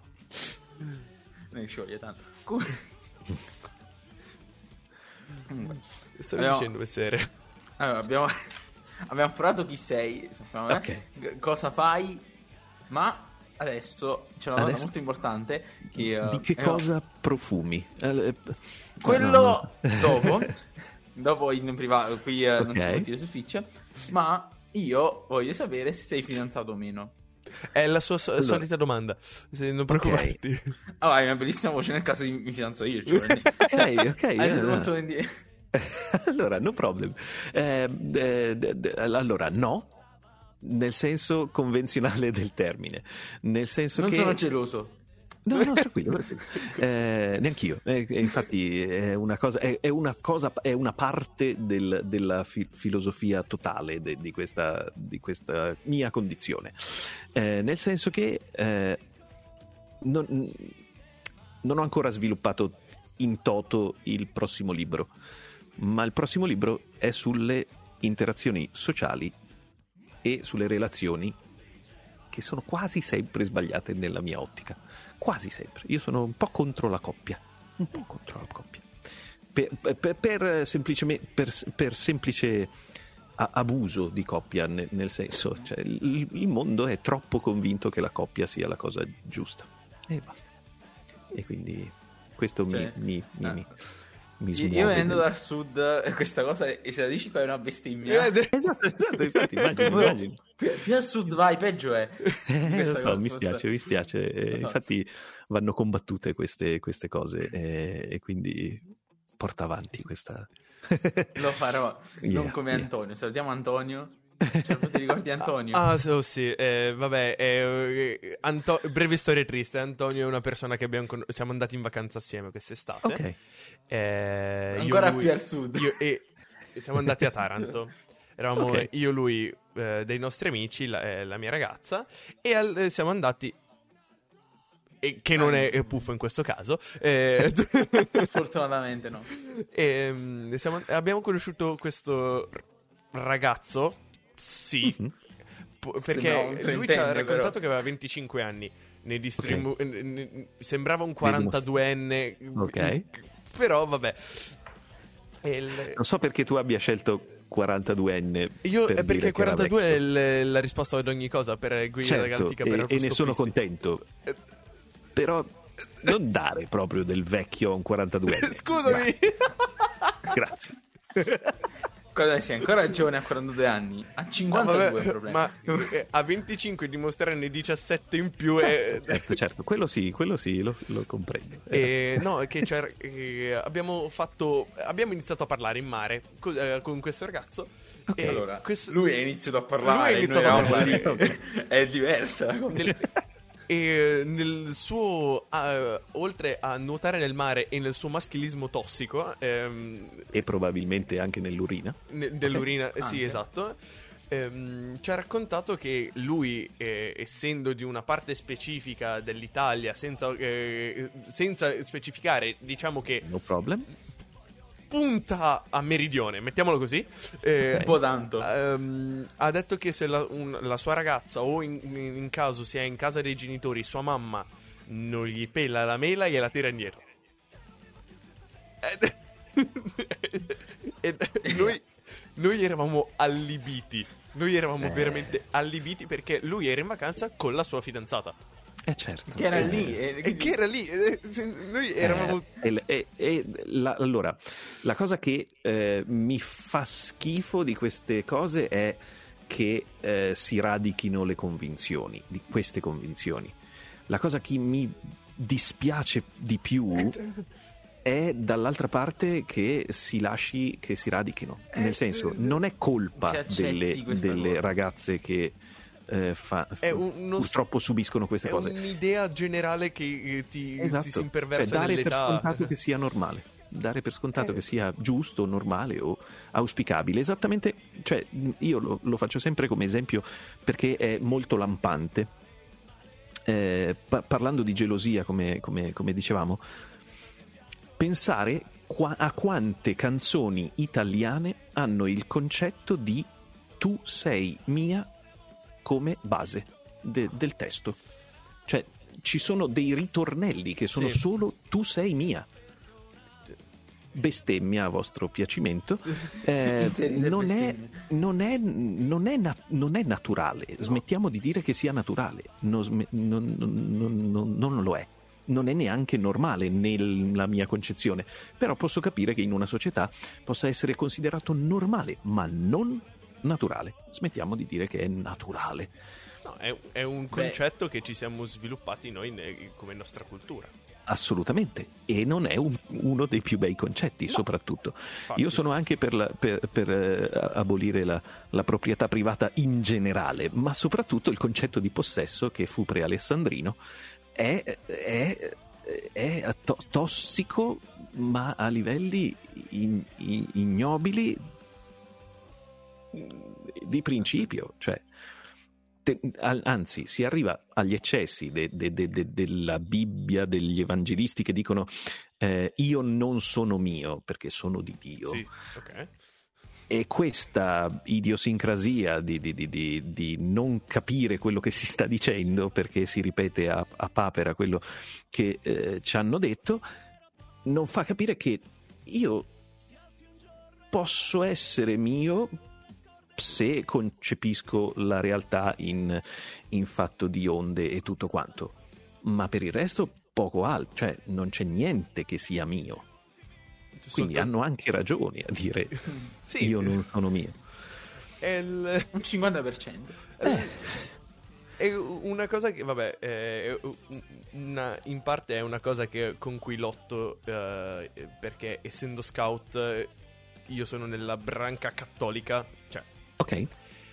Speaker 2: Ne scioglie tanto. Comunque- Comunque,
Speaker 1: Sto
Speaker 2: Abbiamo-
Speaker 1: dicendo queste
Speaker 2: allora, abbiamo, abbiamo provato chi sei, sappiamo
Speaker 3: Ok.
Speaker 2: g- cosa fai, ma adesso c'è una domanda
Speaker 3: Adesso-
Speaker 2: molto importante che, eh,
Speaker 3: di che
Speaker 2: eh,
Speaker 3: cosa profumi? Eh,
Speaker 2: quello
Speaker 3: no, no.
Speaker 2: dopo dopo in privato qui eh, non
Speaker 3: Ok.
Speaker 2: si può dire su Twitch, ma io voglio sapere se sei fidanzato o meno.
Speaker 1: È la sua so-
Speaker 3: Allora.
Speaker 1: solita domanda. Se non preoccuparti.
Speaker 2: Allora, hai una bellissima voce nel caso di mi fidanzo io, cioè,
Speaker 3: Ok, ok,
Speaker 2: hai
Speaker 3: eh,
Speaker 2: detto
Speaker 3: no.
Speaker 2: molto volentieri.
Speaker 3: Allora, no problem. Eh, eh, d- d- allora, no, nel senso convenzionale del termine, nel senso
Speaker 2: Non
Speaker 3: che
Speaker 2: sono geloso.
Speaker 3: no, no, tranquillo, tranquillo. Eh, neanch'io. Eh, eh, infatti è una cosa, è, è una cosa, è una parte del- della fi- filosofia totale de- di, questa, di questa mia condizione. Eh, nel senso che eh, non, non ho ancora sviluppato in toto il prossimo libro, ma il prossimo libro è sulle interazioni sociali e sulle relazioni, che sono quasi sempre sbagliate nella mia ottica. Quasi sempre. Io sono un po' contro la coppia. Un po' contro la coppia. Per, per, per semplicemente per, per semplice a- abuso di coppia, nel, nel senso, cioè, il, il mondo è troppo convinto che la coppia sia la cosa giusta. E basta. E quindi questo mi,
Speaker 2: Cioè,
Speaker 3: mi, mi,
Speaker 2: ah.
Speaker 3: mi, mi
Speaker 2: Io,
Speaker 3: smuove.
Speaker 2: io venendo
Speaker 3: del-
Speaker 2: dal sud, eh, questa cosa, e se la dici poi è una bestemmia.
Speaker 1: Eh, de-
Speaker 3: Esatto, esatto, infatti, immagino,
Speaker 2: Però,
Speaker 3: immagino.
Speaker 2: più, più a sud vai, peggio è.
Speaker 3: Eh,
Speaker 2: Questa
Speaker 3: lo so,
Speaker 2: cosa,
Speaker 3: mi
Speaker 2: questa-
Speaker 3: spiace, mi spiace. Eh,
Speaker 2: Lo so.
Speaker 3: infatti vanno combattute queste, queste cose, eh, e quindi porta avanti questa...
Speaker 2: Lo farò, non
Speaker 3: Yeah,
Speaker 2: come
Speaker 3: yeah.
Speaker 2: Antonio. Salutiamo Antonio. Cioè, ti ricordi Antonio?
Speaker 1: Ah, so, sì, eh, vabbè, eh, eh, Anto- breve storia triste. Antonio è una persona che abbiamo con- siamo andati in vacanza assieme quest'estate.
Speaker 3: Ok.
Speaker 1: Eh, io,
Speaker 2: Ancora
Speaker 1: lui-
Speaker 2: più al sud.
Speaker 1: io- e e siamo andati a Taranto. Eravamo
Speaker 3: Ok.
Speaker 1: io, lui, eh, dei nostri amici, la, eh, la mia ragazza, e al- eh, siamo andati. E che non è, è puffo in questo caso. eh,
Speaker 2: Fortunatamente no.
Speaker 1: Ehm, siamo- abbiamo conosciuto questo r- ragazzo. Sì.
Speaker 3: Mhm.
Speaker 1: Po-
Speaker 2: no,
Speaker 1: perché
Speaker 2: un
Speaker 1: lui ci
Speaker 2: trentenne,
Speaker 1: ha raccontato
Speaker 2: però.
Speaker 1: che aveva venticinque anni. Ne distribu- n- n- sembrava un quarantaduenne.
Speaker 3: Ok.
Speaker 1: Però vabbè. E il-
Speaker 3: Non so perché tu abbia scelto quarantaduenne.
Speaker 1: Io,
Speaker 3: per
Speaker 1: è
Speaker 3: dire
Speaker 1: perché
Speaker 3: che era
Speaker 1: quarantadue è
Speaker 3: vecchio.
Speaker 1: il- la risposta ad ogni cosa per Guida
Speaker 3: Certo,
Speaker 1: Galattica.
Speaker 3: e,
Speaker 1: per
Speaker 3: e ne sono
Speaker 1: autostoppisti.
Speaker 3: contento. Però non dare proprio del vecchio a un quarantaduenne.
Speaker 1: Scusami.
Speaker 3: Grazie.
Speaker 2: Guarda, sei ancora giovane a quarantadue anni, a cinquantadue
Speaker 1: Vabbè,
Speaker 2: è un problema.
Speaker 1: ma eh, a venticinque dimostrarne diciassette in più è.
Speaker 3: Certo, certo, quello sì, quello sì, lo, lo comprendo.
Speaker 1: E, no, è che cioè, eh, abbiamo fatto. Abbiamo iniziato a parlare in mare co- eh, con questo ragazzo. E
Speaker 2: Allora,
Speaker 1: questo-
Speaker 2: lui ha iniziato a parlare,
Speaker 1: Lui ha iniziato
Speaker 2: noi
Speaker 1: a
Speaker 2: eravamo
Speaker 1: parlare.
Speaker 2: lì. È diversa la cosa.
Speaker 1: nel, e nel suo. eh, oltre a nuotare nel mare e nel suo maschilismo tossico, ehm,
Speaker 3: E probabilmente anche nell'urina.
Speaker 1: ne- dell'urina,
Speaker 2: Ok.
Speaker 1: sì,
Speaker 2: Anche.
Speaker 1: esatto. ehm, ci ha raccontato che lui, eh, essendo di una parte specifica dell'Italia, senza, eh, senza specificare, diciamo che
Speaker 3: No problem.
Speaker 1: punta a meridione, mettiamolo così. eh,
Speaker 2: Un po' tanto.
Speaker 1: ehm, ha detto che se la, un- la sua ragazza o in, in caso sia in casa dei genitori, sua mamma non gli pela la mela e gliela tira indietro. Ed, ed noi, noi eravamo allibiti. Noi eravamo
Speaker 3: eh.
Speaker 1: veramente allibiti perché lui era in vacanza con la sua fidanzata.
Speaker 3: Eh certo.
Speaker 2: Che era
Speaker 3: Eh,
Speaker 2: lì. E,
Speaker 1: E che era lì. eh, Noi eravamo...
Speaker 3: Eh, e- e- e la- allora, la cosa che eh, mi fa schifo di queste cose è che eh, si radichino le convinzioni, di queste convinzioni. La cosa che mi dispiace di più è dall'altra parte che si lasci che si radichino. Nel senso, non è colpa
Speaker 2: Che accetti
Speaker 3: delle,
Speaker 2: questa
Speaker 3: delle
Speaker 2: cosa.
Speaker 3: ragazze che eh, fa-
Speaker 1: È un- uno-
Speaker 3: purtroppo subiscono queste
Speaker 1: È
Speaker 3: cose.
Speaker 1: un'idea generale che eh, ti,
Speaker 3: Esatto.
Speaker 1: ti si imperversa
Speaker 3: Cioè, dare per
Speaker 1: nell'età.
Speaker 3: scontato che sia normale, dare per scontato
Speaker 1: Eh.
Speaker 3: che sia giusto, normale o auspicabile. Esattamente, cioè, io lo, lo faccio sempre come esempio perché è molto lampante. Eh, pa- parlando di gelosia, come, come- come dicevamo, pensare qua- a quante canzoni italiane hanno il concetto di tu sei mia come base de- del testo. Cioè, ci sono dei ritornelli che sono
Speaker 1: Sì.
Speaker 3: solo tu sei mia. Bestemmia a vostro piacimento. Eh,
Speaker 2: Inserire
Speaker 3: non, è,
Speaker 2: bestemmie.
Speaker 3: non, è, non, è na- non è naturale. Smettiamo di dire che sia naturale. Non, sme- non- non- non- non lo è. Non è neanche normale nella mia concezione. Però posso capire che in una società possa essere considerato normale, ma non naturale. Smettiamo di dire che è naturale.
Speaker 1: No, è, è un concetto che ci siamo sviluppati noi ne- come nostra cultura.
Speaker 3: Assolutamente, e non è un- uno dei più bei concetti,
Speaker 1: No.
Speaker 3: soprattutto.
Speaker 1: Infatti.
Speaker 3: Io sono anche per, la- per- per, eh, abolire la, la proprietà privata in generale, ma soprattutto il concetto di possesso che fu pre-alessandrino è, è- è to- tossico, ma a livelli in- in- ignobili di principio, cioè. Te- al- anzi, si arriva agli eccessi de- de- de- de- della Bibbia, degli evangelisti che dicono eh, io non sono mio perché sono di Dio.
Speaker 1: Sì, ok.
Speaker 3: E questa idiosincrasia di, di- di- di- di non capire quello che si sta dicendo perché si ripete a, a papera quello che eh, ci hanno detto, non fa capire che io posso essere mio se concepisco la realtà in, in fatto di onde e tutto quanto, ma per il resto poco altro, cioè non c'è niente che sia mio. Quindi
Speaker 1: Soltanto-
Speaker 3: hanno anche ragioni a dire
Speaker 1: Sì,
Speaker 3: io non sono mio.
Speaker 1: è il-
Speaker 2: Un cinquanta per cento.
Speaker 1: È una cosa che, vabbè, è una- in parte è una cosa che, con cui lotto, eh, perché essendo scout eh, io sono nella branca cattolica, cioè,
Speaker 3: Ok,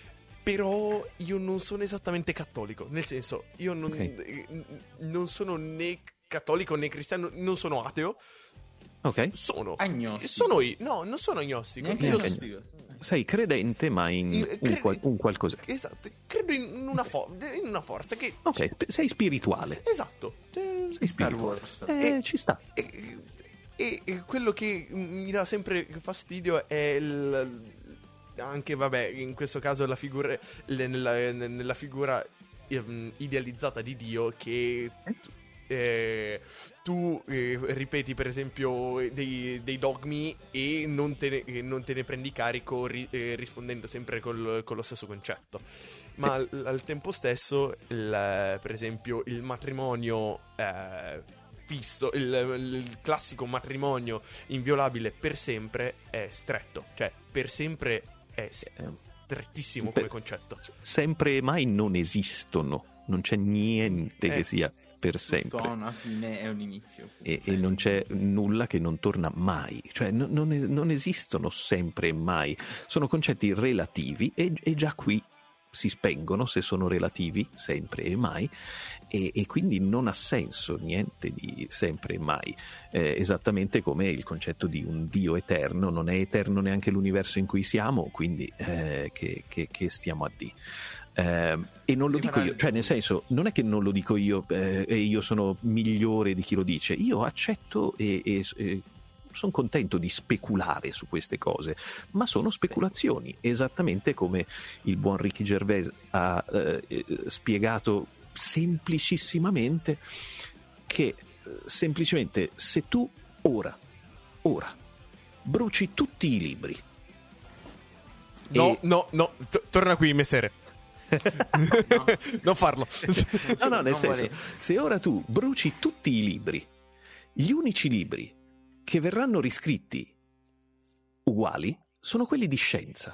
Speaker 1: però io non sono esattamente cattolico, nel senso, io non,
Speaker 3: Ok.
Speaker 1: eh, n- non sono né cattolico né cristiano, non sono ateo,
Speaker 3: ok.
Speaker 1: sono...
Speaker 2: Agnostico.
Speaker 1: Sono io, no, non sono agnostico.
Speaker 2: Neanche
Speaker 1: io
Speaker 3: Neanche
Speaker 1: s-
Speaker 2: agnostico.
Speaker 3: Sei credente, ma in
Speaker 1: in-
Speaker 3: un,
Speaker 1: credi-
Speaker 3: qual- un qualcosa.
Speaker 1: Esatto, credo in una, fo- in una forza che...
Speaker 3: Ok, sei spirituale.
Speaker 1: Esatto. Eh,
Speaker 3: Sei
Speaker 2: Star
Speaker 3: spirituale.
Speaker 2: Wars.
Speaker 3: Eh,
Speaker 1: E-
Speaker 3: ci sta.
Speaker 1: E, e- e quello che mi dà sempre fastidio è il, anche, vabbè, in questo caso la figura, le- nella, nella figura ehm, idealizzata di Dio che tu, eh, tu eh, ripeti per esempio dei, dei dogmi e non te ne, e non te ne prendi carico ri- eh, rispondendo sempre col- con lo stesso concetto. Ma al, al tempo stesso, il- per esempio, il matrimonio eh, fisso, il, il classico matrimonio inviolabile per sempre è stretto. Cioè, per sempre è strettissimo come
Speaker 3: Per-
Speaker 1: concetto.
Speaker 3: Sempre e mai non esistono. Non c'è niente
Speaker 1: Eh.
Speaker 3: che sia per
Speaker 2: Tutto
Speaker 3: sempre.
Speaker 2: ha una fine e un inizio.
Speaker 3: E, e non c'è nulla che non torna mai, cioè no- non, es- non esistono sempre e mai, sono concetti relativi e, e già qui si spengono se sono relativi sempre e mai, e, e quindi non ha senso niente di sempre e mai. Eh, esattamente come il concetto di un Dio eterno, non è eterno neanche l'universo in cui siamo, quindi eh, che, che- che stiamo a dire. Eh, e non lo
Speaker 2: Di
Speaker 3: dico
Speaker 2: parlare
Speaker 3: io,
Speaker 2: di-
Speaker 3: cioè nel senso, non è che non lo dico io eh, e io sono migliore di chi lo dice, io accetto e, e, e sono contento di speculare su queste cose, ma sono speculazioni, esattamente come il buon Ricky Gervais ha eh, eh, spiegato semplicissimamente che semplicemente se tu ora, ora, bruci tutti i libri.
Speaker 1: No,
Speaker 3: e...
Speaker 1: no, no, T- torna qui, messere.
Speaker 2: No.
Speaker 1: Non farlo.
Speaker 3: No, no, nel
Speaker 2: Non
Speaker 3: senso,
Speaker 2: volevo.
Speaker 3: se ora tu bruci tutti i libri, gli unici libri che verranno riscritti uguali sono quelli di scienza.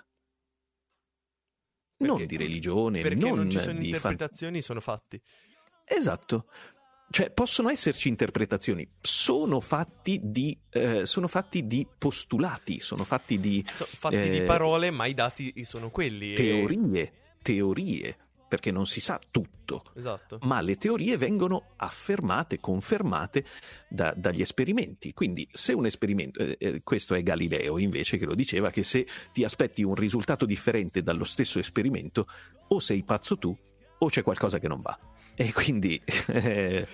Speaker 1: Perché?
Speaker 3: Non di religione,
Speaker 1: Perché
Speaker 3: non,
Speaker 1: non ci sono
Speaker 3: di
Speaker 1: interpretazioni, sono fatti.
Speaker 3: fan- Esatto. Cioè, possono esserci interpretazioni, sono fatti di, eh, sono fatti di postulati, sono fatti di
Speaker 1: So- fatti
Speaker 3: eh,
Speaker 1: di parole, ma i dati sono quelli. e-
Speaker 3: teorie, teorie, perché non si sa tutto.
Speaker 1: Esatto.
Speaker 3: Ma le teorie vengono affermate, confermate da- dagli esperimenti. Quindi se un esperimento, eh, eh, questo è Galileo invece che lo diceva, che se ti aspetti un risultato differente dallo stesso esperimento, o sei pazzo tu o c'è qualcosa che non va. E quindi eh,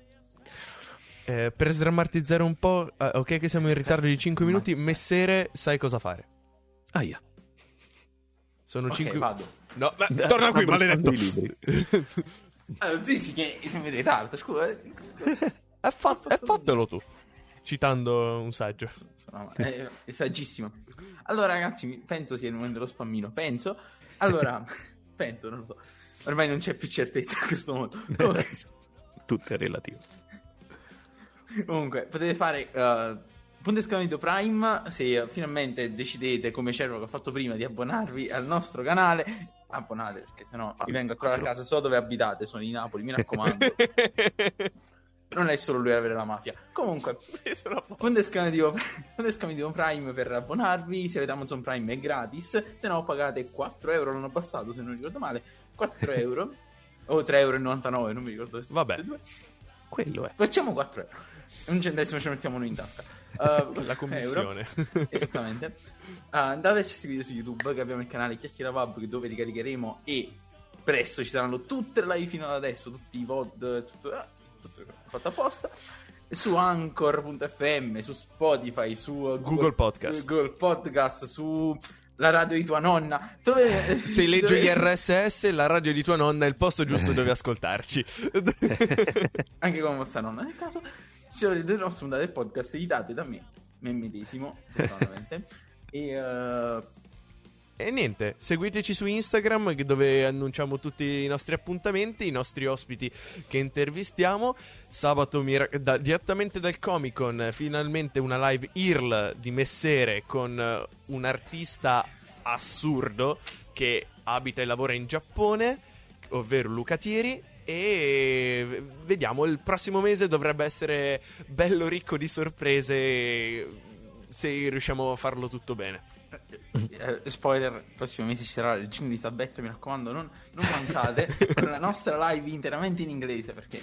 Speaker 1: Eh, per sdrammatizzare un po', eh, ok che siamo in ritardo di cinque minuti, messere, sai cosa fare?
Speaker 3: aia.
Speaker 1: Sono
Speaker 2: Ok,
Speaker 1: cinque...
Speaker 2: vado.
Speaker 1: No, ma
Speaker 3: Da-
Speaker 1: torna
Speaker 3: sta
Speaker 1: qui,
Speaker 3: bruciando
Speaker 1: maledetto.
Speaker 3: i libri.
Speaker 2: Allora, tu dici che siamo in ritardo, scusa. eh.
Speaker 1: E fa- e fatelo tu, citando un saggio.
Speaker 2: No, è, è saggissimo. Allora, ragazzi, mi- penso sia il momento dello spammino. Penso. Allora, penso, non lo so. Ormai non c'è più certezza a questo modo. Comunque,
Speaker 3: Tutto è relativo.
Speaker 2: comunque, potete fare uh, punto esclamativo Prime se uh, finalmente decidete, come Cervo che ho fatto prima, di abbonarvi al nostro canale. Abbonate, perché sennò vi vengo a trovare a casa. So dove abitate, sono di Napoli, mi raccomando. Non è solo lui ad avere la mafia. Comunque, punto esclamativo, punto esclamativo Prime per abbonarvi. Se avete Amazon Prime è gratis. Se no pagate quattro euro l'anno passato, se non ricordo male. quattro euro o tre virgola novantanove euro, non mi ricordo. queste
Speaker 1: Vabbè.
Speaker 2: due.
Speaker 3: Quello è.
Speaker 2: Facciamo quattro euro. Un centesimo ce lo mettiamo noi in tasca. Uh,
Speaker 1: La commissione.
Speaker 2: euro. Esattamente. Uh, andateci a seguire su YouTube, che abbiamo il canale Chiacchiera Pub, dove ricaricheremo, e presto ci saranno tutte le live fino ad adesso, tutti i V O D, tutto, ah, tutto fatto apposta. Su Anchor punto effe emme, su Spotify, su uh, Google,
Speaker 1: Google Podcast.
Speaker 2: Google Podcast, su la radio di tua nonna. Trove-
Speaker 1: Se
Speaker 2: ci
Speaker 1: leggi
Speaker 2: dove-
Speaker 1: gli erre esse esse, la radio di tua nonna è il posto giusto dove ascoltarci.
Speaker 2: Anche con vostra nonna nel caso. Ci sono le due nostre puntate del podcast editate da me, me medesimo, personalmente. E uh,
Speaker 1: E niente, seguiteci su Instagram dove annunciamo tutti i nostri appuntamenti, i nostri ospiti che intervistiamo. Sabato mi ra- da- direttamente dal Comic Con, finalmente una live I R L di Messere con eh, un artista assurdo che abita e lavora in Giappone, ovvero Luca Thieri. E vediamo, il prossimo mese dovrebbe essere bello ricco di sorprese se riusciamo a farlo tutto bene.
Speaker 2: eh, spoiler, il prossimo mese ci sarà il Gin di Sabetto, mi raccomando, non, non mancate. Per la nostra live interamente in inglese, perché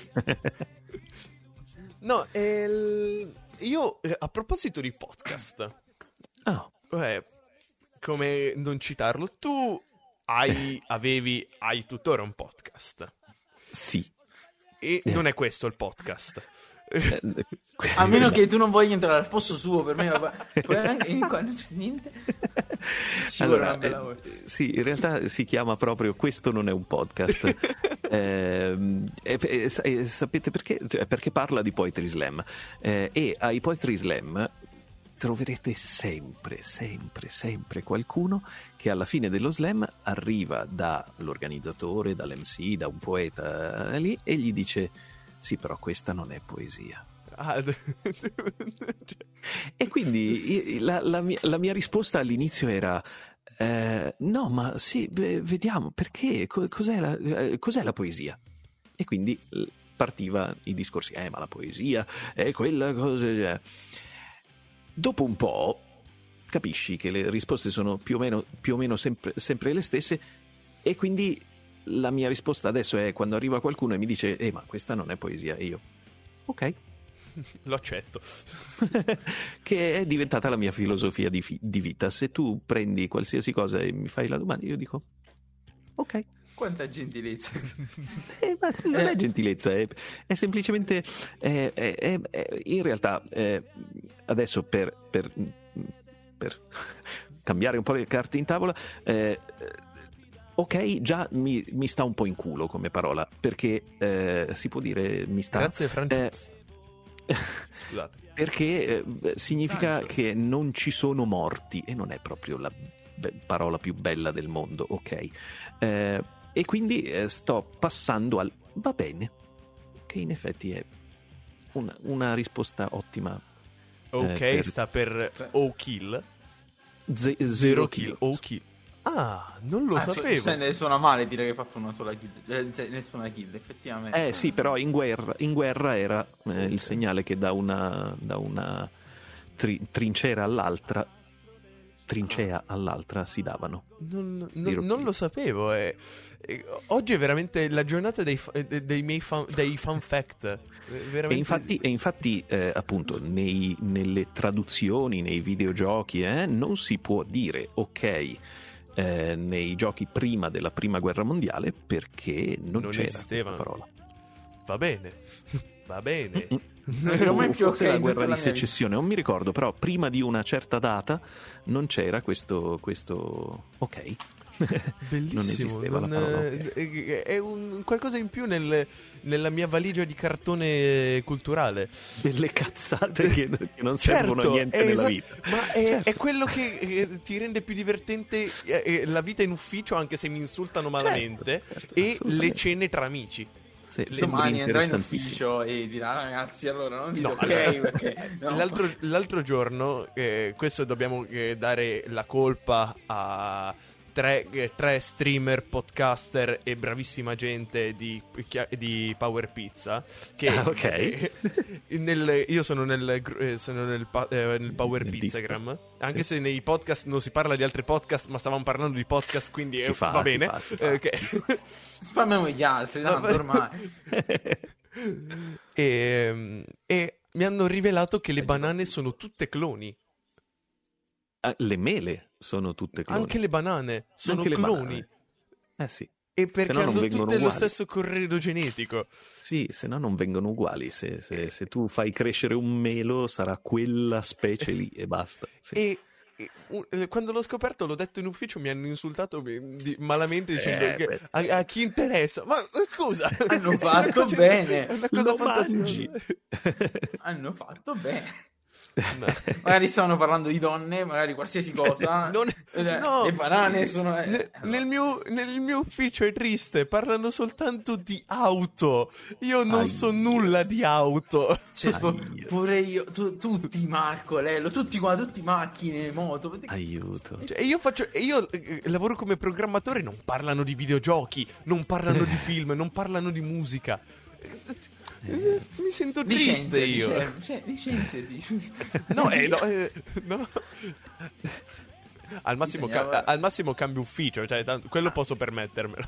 Speaker 1: No, el- io eh, a proposito di podcast,
Speaker 3: Ah,
Speaker 1: eh, come non citarlo, tu hai, avevi, hai tuttora un podcast
Speaker 3: sì.
Speaker 1: e non è questo il podcast.
Speaker 3: Eh,
Speaker 2: a meno che tu non voglia entrare al posto suo, per me va- poi anche qua non c'è niente. Ci vuole
Speaker 3: Allora,
Speaker 2: una bella
Speaker 3: eh,
Speaker 2: voce.
Speaker 3: sì, in realtà si chiama proprio Questo non è un podcast. Ehm, e- e- e sapete perché? Cioè, perché parla di Poetry Slam. Eh, e ai Poetry Slam troverete sempre, sempre, sempre qualcuno che alla fine dello slam arriva dall'organizzatore, dall'emme ci, da un poeta eh, lì, e gli dice: sì, però questa non è poesia.
Speaker 1: Ah, d-
Speaker 3: E quindi i- la, la mia, la mia risposta all'inizio era: eh, no, ma sì, beh, vediamo perché, co- cos'è, la, eh, cos'è la poesia? E quindi eh, partiva i discorsi: eh, ma la poesia è quella cosa. eh. Dopo un po' capisci che le risposte sono più o meno, più o meno sempre, sempre le stesse, e quindi la mia risposta adesso è, quando arriva qualcuno e mi dice: eh, ma questa non è poesia, e io: ok.
Speaker 1: lo accetto.
Speaker 3: Che è diventata la mia filosofia di, fi- di vita. Se tu prendi qualsiasi cosa e mi fai la domanda, io dico ok.
Speaker 2: Quanta gentilezza.
Speaker 3: Eh, ma non è gentilezza, è, è semplicemente è- è- è- è- in realtà eh, adesso per, per, per cambiare un po' le carte in tavola, eh, ok, già mi, mi sta un po' in culo come parola, perché eh, si può dire mi sta...
Speaker 1: Grazie Francesco.
Speaker 3: Eh,
Speaker 1: Scusate.
Speaker 3: Perché eh, significa
Speaker 2: Francio.
Speaker 3: che non ci sono morti, e non è proprio la be- parola più bella del mondo, ok? Eh, e quindi eh, sto passando al va bene, che in effetti è una, una risposta ottima.
Speaker 1: Ok,
Speaker 3: Eh, per-
Speaker 1: sta per O kill.
Speaker 3: Ze-
Speaker 1: Zero
Speaker 3: zero
Speaker 1: kill.
Speaker 3: kill.
Speaker 1: O kill. Ah, non lo
Speaker 2: Ah, so-
Speaker 1: sapevo.
Speaker 2: se- ne suona male dire che hai fatto una sola kill. eh, se- Nessuna kill, effettivamente.
Speaker 3: Eh sì, però in guerra, in guerra era eh, il segnale che da una, da una tri- trincea all'altra, trincea all'altra si davano.
Speaker 1: Non, non-
Speaker 3: Zero
Speaker 1: non
Speaker 3: kill.
Speaker 1: lo sapevo. eh. Eh, oggi è veramente la giornata dei, fa- eh, dei miei fan, dei fun fact. Eh, Veramente...
Speaker 3: E infatti, e infatti eh, appunto, nei- nelle traduzioni, nei videogiochi, eh, non si può dire ok eh, nei giochi prima della prima guerra mondiale perché non,
Speaker 1: Non
Speaker 3: c'era
Speaker 1: esistevano.
Speaker 3: questa parola.
Speaker 1: Va bene, va bene.
Speaker 2: Non ero mai
Speaker 3: O
Speaker 2: più
Speaker 3: forse
Speaker 2: ok
Speaker 3: la
Speaker 2: in
Speaker 3: guerra
Speaker 2: tutta
Speaker 3: di
Speaker 2: la mia vita.
Speaker 3: secessione, non mi ricordo, però prima di una certa data non c'era questo, questo ok.
Speaker 1: Bellissimo.
Speaker 3: Non esisteva
Speaker 1: non,
Speaker 3: la parola
Speaker 1: eh,
Speaker 3: ok.
Speaker 1: eh, È un qualcosa in più nel- nella mia valigia di cartone culturale.
Speaker 3: Delle cazzate che, che non
Speaker 1: Certo,
Speaker 3: servono a niente
Speaker 1: è
Speaker 3: nella
Speaker 1: esat-
Speaker 3: vita.
Speaker 1: Ma è,
Speaker 3: Certo.
Speaker 1: è quello che eh, ti rende più divertente eh, eh, la vita in ufficio, anche se mi insultano malamente,
Speaker 3: Certo, certo,
Speaker 1: e le
Speaker 3: assolutamente.
Speaker 1: cene tra amici.
Speaker 3: Sì,
Speaker 1: Le
Speaker 3: sembra
Speaker 2: Domani andrai in
Speaker 3: interessantissimo.
Speaker 2: ufficio e dirà ragazzi allora non dite
Speaker 1: No,
Speaker 2: ok
Speaker 1: allora,
Speaker 2: perché no.
Speaker 1: l'altro, l'altro giorno, eh, questo dobbiamo eh, dare la colpa a tre, eh, tre streamer, podcaster e bravissima gente di, di Power Pizza. Che
Speaker 3: Ah, ok.
Speaker 1: eh, nel- io sono nel, gru- eh, sono nel, pa- eh, nel Power
Speaker 3: Nel
Speaker 1: Pizzagram.
Speaker 3: Discord.
Speaker 1: Anche
Speaker 3: Sì.
Speaker 1: se nei podcast non si parla di altri podcast, ma stavamo parlando di podcast, quindi
Speaker 3: Si
Speaker 1: eh,
Speaker 3: fa,
Speaker 1: va
Speaker 3: si
Speaker 1: bene.
Speaker 3: fa, si fa.
Speaker 1: Eh, ok.
Speaker 2: Spammiamo gli altri tanto
Speaker 1: Vabbè.
Speaker 2: ormai.
Speaker 1: e, e mi hanno rivelato che le banane sono tutte cloni.
Speaker 3: Ah, le mele sono tutte cloni.
Speaker 1: Anche le banane sono
Speaker 3: Anche le
Speaker 1: cloni.
Speaker 3: banane. Eh sì.
Speaker 1: E perché
Speaker 3: Se no non
Speaker 1: hanno
Speaker 3: vengono
Speaker 1: tutte lo
Speaker 3: uguali.
Speaker 1: stesso corredo genetico.
Speaker 3: Sì, se no non vengono uguali. Se, se- se tu fai crescere un melo sarà quella specie lì e basta. Sì.
Speaker 1: E, e, u- eh, quando l'ho scoperto, l'ho detto in ufficio, mi hanno insultato eh, di- malamente dicendo
Speaker 3: Eh,
Speaker 1: che
Speaker 3: beh.
Speaker 1: a, a chi interessa. Ma eh, scusa,
Speaker 2: Hanno
Speaker 1: è una
Speaker 2: fatto
Speaker 1: cosa-
Speaker 2: bene.
Speaker 1: È una cosa
Speaker 3: Lo
Speaker 1: fantasiosa.
Speaker 3: mangi.
Speaker 2: Hanno fatto bene.
Speaker 1: No.
Speaker 2: Magari stavano parlando di donne, magari qualsiasi cosa.
Speaker 1: Non-
Speaker 2: Eh,
Speaker 1: no.
Speaker 2: Le banane sono eh,
Speaker 1: Ne- nel, mio, nel mio ufficio è triste, parlano soltanto di auto. Io non
Speaker 3: Aia.
Speaker 1: so nulla di auto.
Speaker 2: Cioè, tipo,
Speaker 3: Aia.
Speaker 2: pure io, tu- tutti Marco, Lello, tutti qua, tutti macchine, moto.
Speaker 3: Aiuto.
Speaker 1: Cioè, io faccio io eh, lavoro come programmatore, non parlano di videogiochi, non parlano di film, non parlano di musica. Eh, Mi sento triste
Speaker 2: Licenziati,
Speaker 1: io.
Speaker 2: cioè, cioè, licenziati.
Speaker 1: No, eh, no, eh, no. Al massimo,
Speaker 2: Bisognava-
Speaker 1: ca- al massimo cambio ufficio, cioè, tanto- quello posso permettermelo.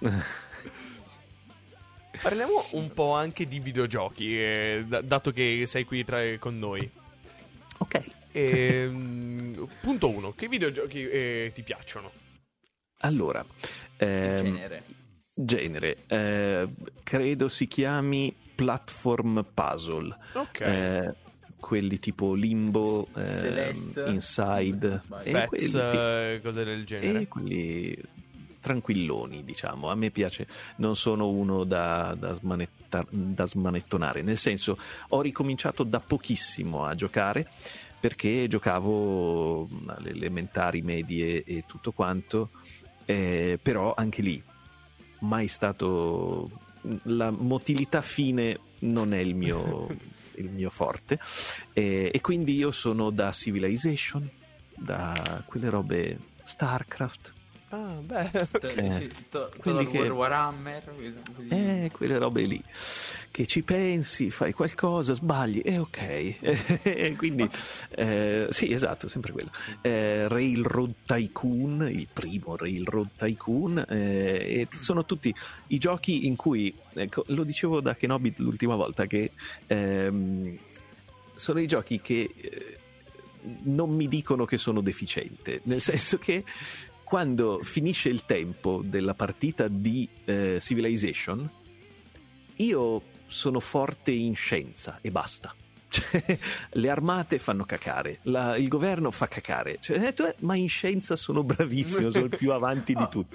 Speaker 1: Parliamo un po' anche di videogiochi, eh, da- dato che sei qui tra- con noi.
Speaker 3: Ok.
Speaker 1: Ehm, punto uno, che videogiochi eh, ti piacciono?
Speaker 3: Allora, ehm,
Speaker 2: Genere.
Speaker 3: genere, eh, credo si chiami platform puzzle.
Speaker 1: Ok.
Speaker 3: Eh, quelli tipo Limbo, ehm,
Speaker 2: Celeste.
Speaker 3: Inside,
Speaker 2: Vai.
Speaker 3: e
Speaker 1: Pets,
Speaker 3: quelli, che-
Speaker 1: eh, cose del genere.
Speaker 3: e quelli tranquilloni, diciamo. A me piace, non sono uno da, da, smanetta- da smanettonare, nel senso, ho ricominciato da pochissimo a giocare perché giocavo alle elementari, medie e tutto quanto, eh, però anche lì mai stato, la motilità fine non è il mio, il mio forte, e, e quindi io sono da Civilization, da quelle robe StarCraft,
Speaker 1: Ah, beh.
Speaker 3: Eh,
Speaker 2: Total
Speaker 3: quelli che-
Speaker 2: War Warhammer. quelli- quelli-
Speaker 3: eh, quelle robe lì che ci pensi, fai qualcosa, sbagli e ok. E quindi eh, sì, esatto, sempre quello. Eh, Railroad Tycoon, il primo Railroad Tycoon, eh, e sono tutti i giochi in cui, ecco, lo dicevo da Kenobi l'ultima volta, che ehm, sono i giochi che eh, non mi dicono che sono deficiente, nel senso che quando finisce il tempo della partita di eh, Civilization, io sono forte in scienza e basta. Cioè, le armate fanno cacare, la- il governo fa cacare, cioè, eh, tu- ma in scienza sono bravissimo, sono il più avanti di tutti.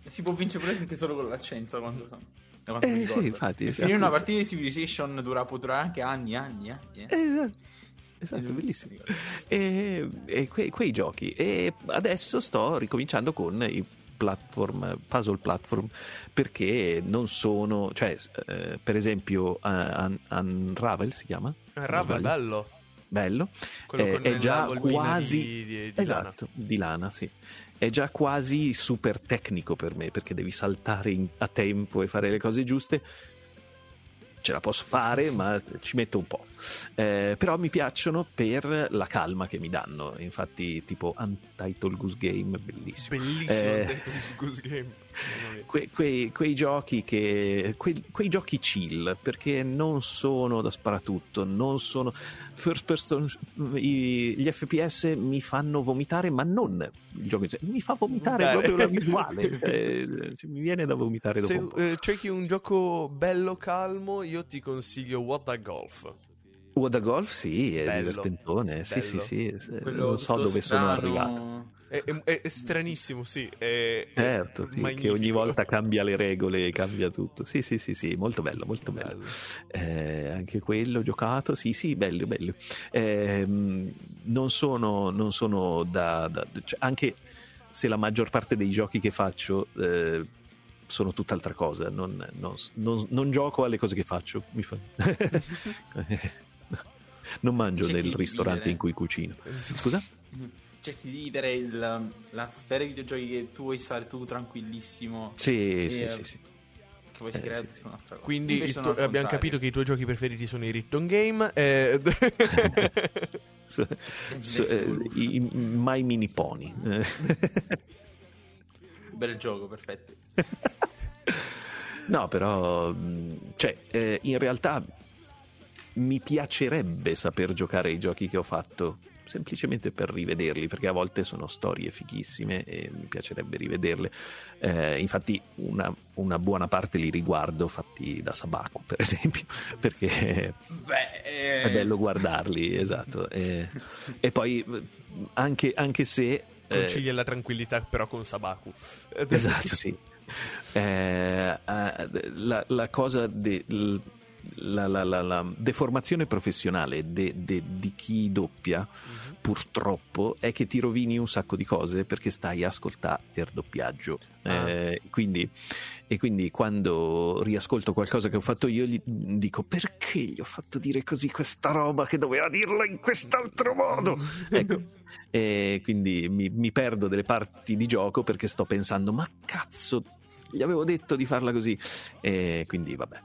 Speaker 2: Si può vincere praticamente solo con la scienza quando quando
Speaker 3: Eh sì, infatti.
Speaker 2: E finire una partita di Civilization dura, può durare anche anni, anni, anni. Eh.
Speaker 3: Esatto, esatto, bellissimo. E, e que, quei giochi. E adesso sto ricominciando con i platform, puzzle platform, perché non sono, cioè, eh, per esempio, uh, Unravel si chiama?
Speaker 1: Unravel, bello.
Speaker 3: Bello.
Speaker 1: Quello
Speaker 3: Eh,
Speaker 1: con
Speaker 3: è
Speaker 1: la
Speaker 3: già
Speaker 1: volpina
Speaker 3: quasi
Speaker 1: di, di, di
Speaker 3: esatto,
Speaker 1: lana.
Speaker 3: di lana, sì. È già quasi super tecnico per me, perché devi saltare in, a tempo e fare le cose giuste. Ce la posso fare, ma ci metto un po'. Eh, però mi piacciono per la calma che mi danno. Infatti, tipo Untitled Goose Game, bellissimo.
Speaker 1: Bellissimo
Speaker 3: Eh,
Speaker 1: Untitled Goose Game.
Speaker 3: Que, quei, quei giochi che quei, quei giochi chill, perché non sono da sparatutto, non sono first person, i, gli F P S mi fanno vomitare, ma non il gioco in sé, mi fa vomitare
Speaker 1: Beh.
Speaker 3: proprio la visuale, eh, cioè, mi viene da vomitare dopo
Speaker 1: Se
Speaker 3: un po'.
Speaker 1: eh, cerchi un gioco bello calmo, io ti consiglio What the Golf.
Speaker 3: What the Golf, sì, è
Speaker 1: Bello.
Speaker 3: divertentone, sì, sì,
Speaker 1: Bello.
Speaker 3: sì,
Speaker 2: Quello
Speaker 3: non so
Speaker 2: tutto
Speaker 3: dove
Speaker 2: strano.
Speaker 3: sono arrivato.
Speaker 1: È, è- è stranissimo, sì. È,
Speaker 3: Certo,
Speaker 1: è
Speaker 3: sì, che
Speaker 1: magnifico.
Speaker 3: ogni volta cambia le regole, cambia tutto. Sì, sì, sì, sì, molto bello, molto bello.
Speaker 1: Bello.
Speaker 3: Eh, anche quello giocato, sì, sì, bello, bello. Eh, non sono, non sono da, da cioè, anche se la maggior parte dei giochi che faccio eh, sono tutt'altra cosa, non, non, non, non gioco alle cose che faccio. Mi fa... non mangio
Speaker 2: C'è
Speaker 3: nel
Speaker 2: chi
Speaker 3: ristorante
Speaker 2: vivere.
Speaker 3: in cui cucino. Scusa?
Speaker 2: Cerchi di vivere il, la sfera di videogiochi che tu vuoi stare tu tranquillissimo.
Speaker 3: Sì,
Speaker 2: E,
Speaker 3: sì,
Speaker 2: eh,
Speaker 3: sì, sì.
Speaker 2: Che vuoi
Speaker 3: Eh,
Speaker 2: creare
Speaker 3: sì,
Speaker 2: su un'altra cosa.
Speaker 1: Quindi
Speaker 2: Invece
Speaker 1: il
Speaker 2: sono
Speaker 1: tuo-
Speaker 2: al
Speaker 1: abbiamo
Speaker 2: contrario.
Speaker 1: capito che i tuoi giochi preferiti sono i Written Game. eh,
Speaker 3: So- so- eh, i, i My Mini Pony. Eh.
Speaker 2: Bel gioco, perfetto.
Speaker 3: No, però, mh, cioè, eh, in realtà mi piacerebbe saper giocare ai giochi che ho fatto, semplicemente per rivederli, perché a volte sono storie fighissime e mi piacerebbe rivederle. Eh, infatti una, una buona parte li riguardo fatti da Sabaku, per esempio, perché
Speaker 2: Beh, eh...
Speaker 3: è bello guardarli, esatto. E, e poi anche, anche se... eh,
Speaker 1: Conciglia la tranquillità però con Sabaku.
Speaker 3: Esatto, sì. Eh, eh, la, la cosa de, l- la, la, la, la deformazione professionale de, de, di chi doppia,
Speaker 1: Mhm.
Speaker 3: purtroppo, è che ti rovini un sacco di cose perché stai a ascoltare il doppiaggio.
Speaker 1: Ah.
Speaker 3: Eh, quindi, e quindi quando riascolto qualcosa che ho fatto io gli dico: perché gli ho fatto dire così questa roba che doveva dirla in quest'altro modo? Ecco, e quindi mi, mi perdo delle parti di gioco perché sto pensando: ma cazzo, gli avevo detto di farla così. E quindi vabbè.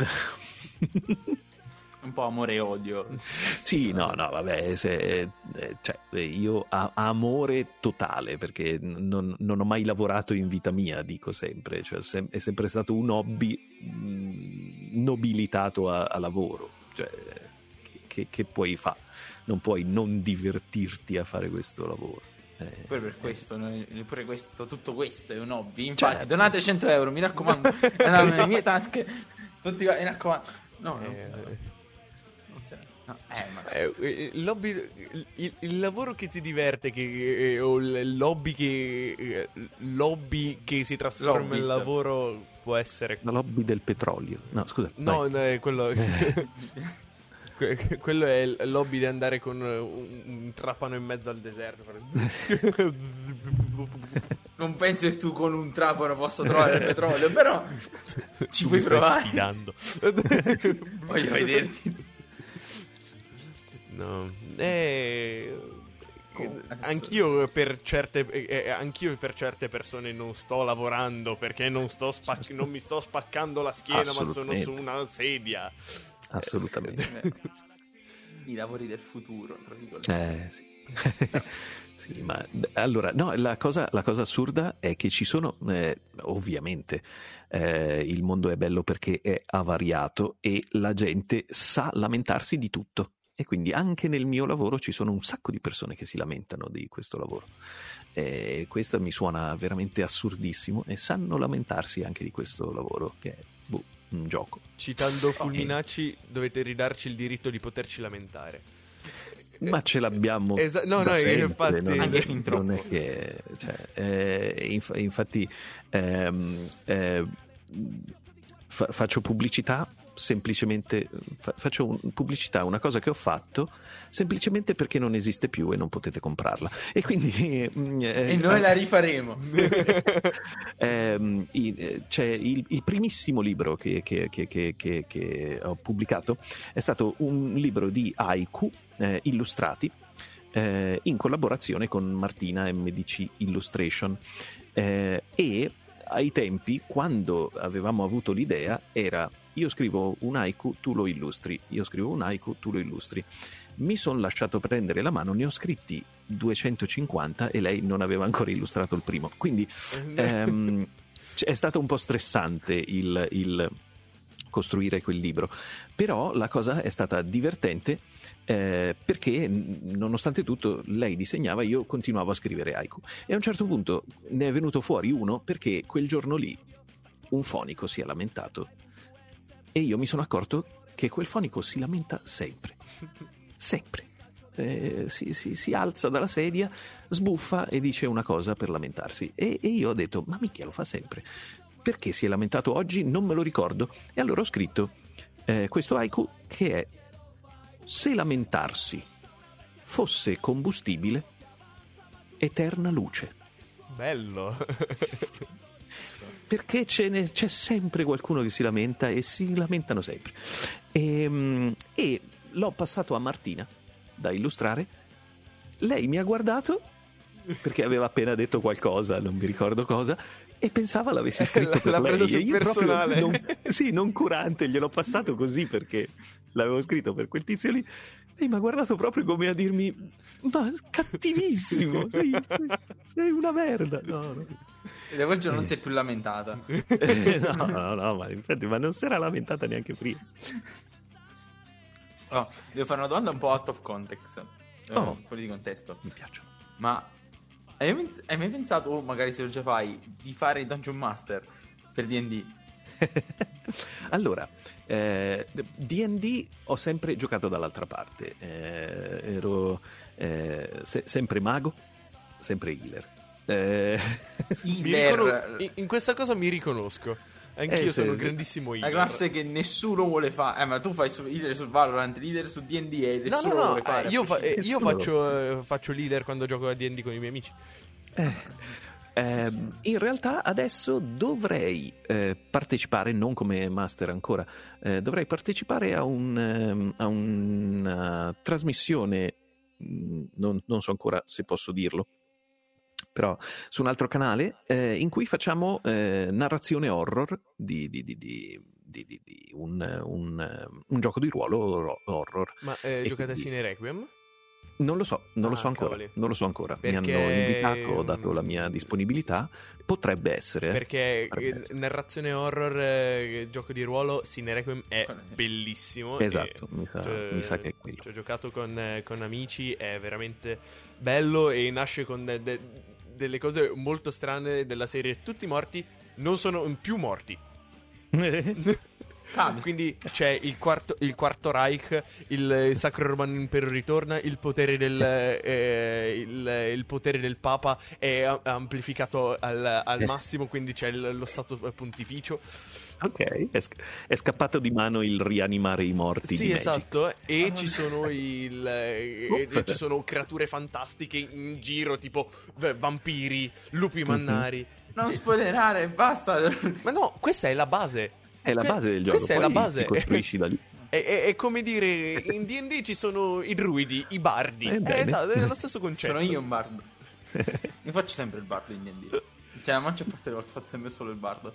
Speaker 2: un po' amore e odio.
Speaker 3: Sì, no, no, vabbè, se, eh, cioè, io ho amore totale perché non, non ho mai lavorato in vita mia, dico sempre, cioè, sem- è sempre stato un hobby mh, nobilitato a, a lavoro, cioè, che, che puoi fare? Non puoi non divertirti a fare questo lavoro. Eh,
Speaker 2: Pure per questo, noi- pure questo, tutto questo è un hobby. Infatti,
Speaker 3: Certo.
Speaker 2: donate cento euro, mi raccomando. Andate nelle mie tasche. Tutti qua, mi raccomando. No, no.
Speaker 1: Eh,
Speaker 2: non si- no. Eh, ma
Speaker 1: Eh, eh, l'hobby, il, il lavoro che ti diverte che, eh, o il lobby che eh, l'hobby che si trasforma
Speaker 2: L'hobbit.
Speaker 1: in lavoro può essere
Speaker 3: la lobby del petrolio. No, scusa.
Speaker 1: no,
Speaker 3: vai.
Speaker 1: no, è quello que- quello è il l'hobby di andare con un, un trapano in mezzo al deserto.
Speaker 2: non penso che tu con un trapano possa trovare il petrolio, però ci
Speaker 1: Tu
Speaker 2: puoi
Speaker 1: mi stai
Speaker 2: provare.
Speaker 1: sfidando.
Speaker 2: Voglio vederti.
Speaker 1: No, eh,
Speaker 2: Comunque, adesso-
Speaker 1: anch'io per certe eh, eh, anch'io per certe persone non sto lavorando perché non sto spac- non mi sto spaccando la schiena, ma sono
Speaker 3: Assolutamente.
Speaker 1: su una sedia.
Speaker 3: Assolutamente.
Speaker 2: Eh, i lavori del futuro, tra virgolette.
Speaker 3: Eh, sì. Sì, ma allora, no, la cosa, la cosa assurda è che ci sono, eh, ovviamente, eh, il mondo è bello perché è avariato e la gente sa lamentarsi di tutto. E quindi anche nel mio lavoro ci sono un sacco di persone che si lamentano di questo lavoro. E questo mi suona veramente assurdissimo e sanno lamentarsi anche di questo lavoro, che è boh, un gioco.
Speaker 1: Citando Fulminacci, dovete ridarci il diritto di poterci lamentare.
Speaker 3: Ma ce l'abbiamo
Speaker 1: Esa- no,
Speaker 3: da
Speaker 1: no,
Speaker 3: sempre,
Speaker 1: infatti-
Speaker 3: non,
Speaker 2: Anche
Speaker 3: è,
Speaker 2: fin
Speaker 3: non è
Speaker 2: troppo.
Speaker 3: che cioè, eh, inf- infatti ehm, eh, fa- faccio pubblicità semplicemente fa- faccio un- pubblicità una cosa che ho fatto semplicemente perché non esiste più e non potete comprarla e quindi mm, eh,
Speaker 2: E noi la rifaremo.
Speaker 3: ehm, i- eh, c'è il, il primissimo libro che, che- che- che- che- che ho pubblicato è stato un libro di haiku eh, illustrati eh, in collaborazione con Martina M D C Illustration eh, e ai tempi quando avevamo avuto l'idea era io scrivo un haiku, tu lo illustri, io scrivo un haiku, tu lo illustri. Mi sono lasciato prendere la mano, ne ho scritti duecentocinquanta e lei non aveva ancora illustrato il primo, quindi ehm, c- è stato un po' stressante il, il costruire quel libro, però la cosa è stata divertente eh, perché n- nonostante tutto lei disegnava, io continuavo a scrivere haiku e a un certo punto ne è venuto fuori uno perché quel giorno lì un fonico si è lamentato e io mi sono accorto che quel fonico si lamenta sempre sempre eh, si, si, si alza dalla sedia, sbuffa e dice una cosa per lamentarsi e, e io ho detto ma mica lo fa sempre, perché si è lamentato oggi non me lo ricordo e allora ho scritto eh, questo haiku che è: se lamentarsi fosse combustibile, eterna luce.
Speaker 1: Bello.
Speaker 3: Perché ce n'è, c'è sempre qualcuno che si lamenta e si lamentano sempre. E, e l'ho passato a Martina da illustrare. Lei mi ha guardato perché aveva appena detto qualcosa, non mi ricordo cosa, e pensava l'avessi scritto per
Speaker 1: L'ha
Speaker 3: lei.
Speaker 1: preso sul
Speaker 3: E io proprio
Speaker 1: personale.
Speaker 3: non, sì, non curante, gliel'ho passato così perché l'avevo scritto per quel tizio lì. E mi ha guardato proprio come a dirmi: ma cattivissimo, sei, sei, sei una merda. No, no.
Speaker 2: E da quel giorno non si è più lamentata.
Speaker 3: Eh, no, no, no, ma infatti, ma non si era lamentata neanche prima.
Speaker 2: Oh, devo fare una domanda un po' out of context. eh,
Speaker 3: Oh.
Speaker 2: Fuori di contesto.
Speaker 3: Mi piacciono.
Speaker 2: Ma hai mai, hai mai pensato, o magari se lo già fai, di fare il Dungeon Master per D and D?
Speaker 3: Allora, eh, D and D ho sempre giocato dall'altra parte. Eh, ero eh, se- sempre mago, sempre healer. Eh,
Speaker 1: Mi
Speaker 2: Healer.
Speaker 1: ricono- in, in questa cosa mi riconosco. Anch'io
Speaker 3: Eh,
Speaker 1: sono
Speaker 3: se-
Speaker 1: un grandissimo
Speaker 2: La
Speaker 1: healer.
Speaker 2: classe che nessuno vuole fare. Eh, ma tu fai su leader su Valorant, leader su D and D e
Speaker 1: No,
Speaker 2: nessuno
Speaker 1: no,
Speaker 2: lo
Speaker 1: no,
Speaker 2: vuole fare.
Speaker 1: eh, io, fa- eh, io
Speaker 3: Nessuno.
Speaker 1: faccio, eh, faccio leader quando gioco a D and D con i miei amici.
Speaker 3: Eh, in realtà adesso dovrei eh, partecipare, non come master ancora, eh, dovrei partecipare a, un, ehm, a una trasmissione, mh, non, non so ancora se posso dirlo, però su un altro canale eh, in cui facciamo eh, narrazione horror di, di, di, di, di, di- di un, un, eh, un gioco di ruolo ro- horror.
Speaker 1: Ma eh,
Speaker 3: E
Speaker 1: giocate a
Speaker 3: quindi-
Speaker 1: Sine Requiem?
Speaker 3: Non lo so, non lo
Speaker 1: Ah,
Speaker 3: so ancora.
Speaker 1: cavoli.
Speaker 3: Non lo so ancora.
Speaker 1: Perché-
Speaker 3: Mi hanno invitato, ho dato la mia disponibilità. Potrebbe essere. eh.
Speaker 1: Perché
Speaker 3: Potrebbe
Speaker 1: eh,
Speaker 3: essere.
Speaker 1: narrazione horror, eh, gioco di ruolo, Sine Requiem è
Speaker 2: Quello sì.
Speaker 1: bellissimo.
Speaker 3: Esatto,
Speaker 1: e-
Speaker 3: mi sa,
Speaker 1: cioè,
Speaker 3: mi sa che è quello.
Speaker 1: Ci ho giocato con, eh, con amici, è veramente bello e nasce con de- de- delle cose molto strane della serie. Tutti morti non sono più morti.
Speaker 2: Cambia.
Speaker 1: Quindi c'è il quarto, il quarto Reich, il, il Sacro Romano Impero ritorna, il potere del, eh, il, il potere del Papa è a- amplificato al, al massimo, quindi c'è il- lo Stato Pontificio.
Speaker 3: Ok, è, sc- è scappato di mano il rianimare i morti
Speaker 1: Sì,
Speaker 3: di Magic.
Speaker 1: esatto. E ci sono il, eh, e-
Speaker 3: Uff.
Speaker 1: e ci sono creature fantastiche in giro, tipo v- vampiri, lupi mannari.
Speaker 2: Non spoilerare, basta.
Speaker 1: Ma no, questa è la base.
Speaker 3: È la
Speaker 1: Que-
Speaker 3: base del gioco.
Speaker 1: Questa
Speaker 3: poi
Speaker 1: è la base.
Speaker 3: ti costruisci da lì.
Speaker 1: È, è- è come dire, in D and D ci sono i druidi, i bardi.
Speaker 3: Eh,
Speaker 1: Eh,
Speaker 3: bene.
Speaker 1: esatto, è lo stesso concetto.
Speaker 2: Sono io un bardo. Io faccio sempre il bardo in D and D. Cioè, la maggior parte delle volte faccio sempre solo il bardo.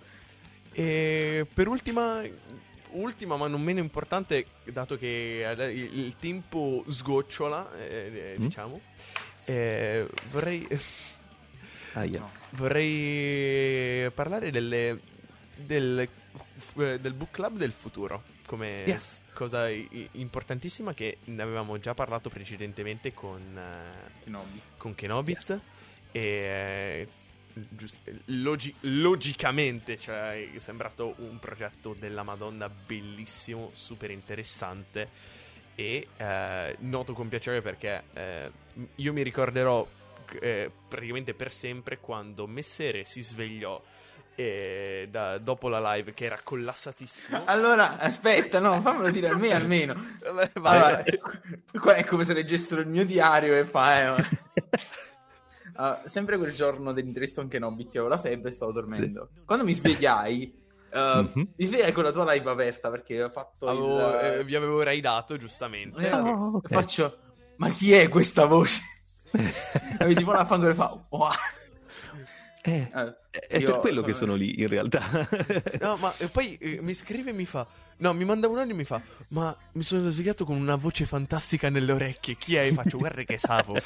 Speaker 1: E per ultima, ultima ma non meno importante, dato che eh, il, il tempo sgocciola, eh, eh,
Speaker 3: Mm?
Speaker 1: diciamo, eh, vorrei,
Speaker 3: Aia.
Speaker 2: No.
Speaker 1: vorrei parlare delle, del, f- del book club del futuro. Come
Speaker 3: Yes.
Speaker 1: cosa i- i- importantissima che ne avevamo già parlato precedentemente con, eh,
Speaker 2: Kenobi.
Speaker 1: con Kenobit e eh, giust- logi- logicamente cioè, è sembrato un progetto della Madonna bellissimo, super interessante e eh, noto con piacere perché eh, io mi ricorderò eh, praticamente per sempre quando Messere si svegliò e da, dopo la live che era collassatissimo.
Speaker 2: Allora, aspetta, no, fammelo dire a me almeno.
Speaker 1: Vabbè, vai,
Speaker 2: allora,
Speaker 1: vai.
Speaker 2: Qua è come se leggessero il mio diario e fa... Eh, uh, sempre quel giorno dell'intervista con Kenobi, che avevo la febbre e stavo dormendo. Quando mi svegliai, uh, mm-hmm. mi svegliai con la tua live aperta perché ho fatto
Speaker 1: avevo,
Speaker 2: il...
Speaker 1: eh, vi avevo raidato, giustamente.
Speaker 2: Eh, oh, okay. Faccio, ma chi è questa voce? E tipo la fango e fa... Wow.
Speaker 3: Eh, eh, è per quello sono... che sono lì in realtà.
Speaker 1: No, ma e poi eh, mi scrive e mi fa no, mi manda un anno e mi fa ma mi sono svegliato con una voce fantastica nelle orecchie, chi è? E faccio guarda che Savo.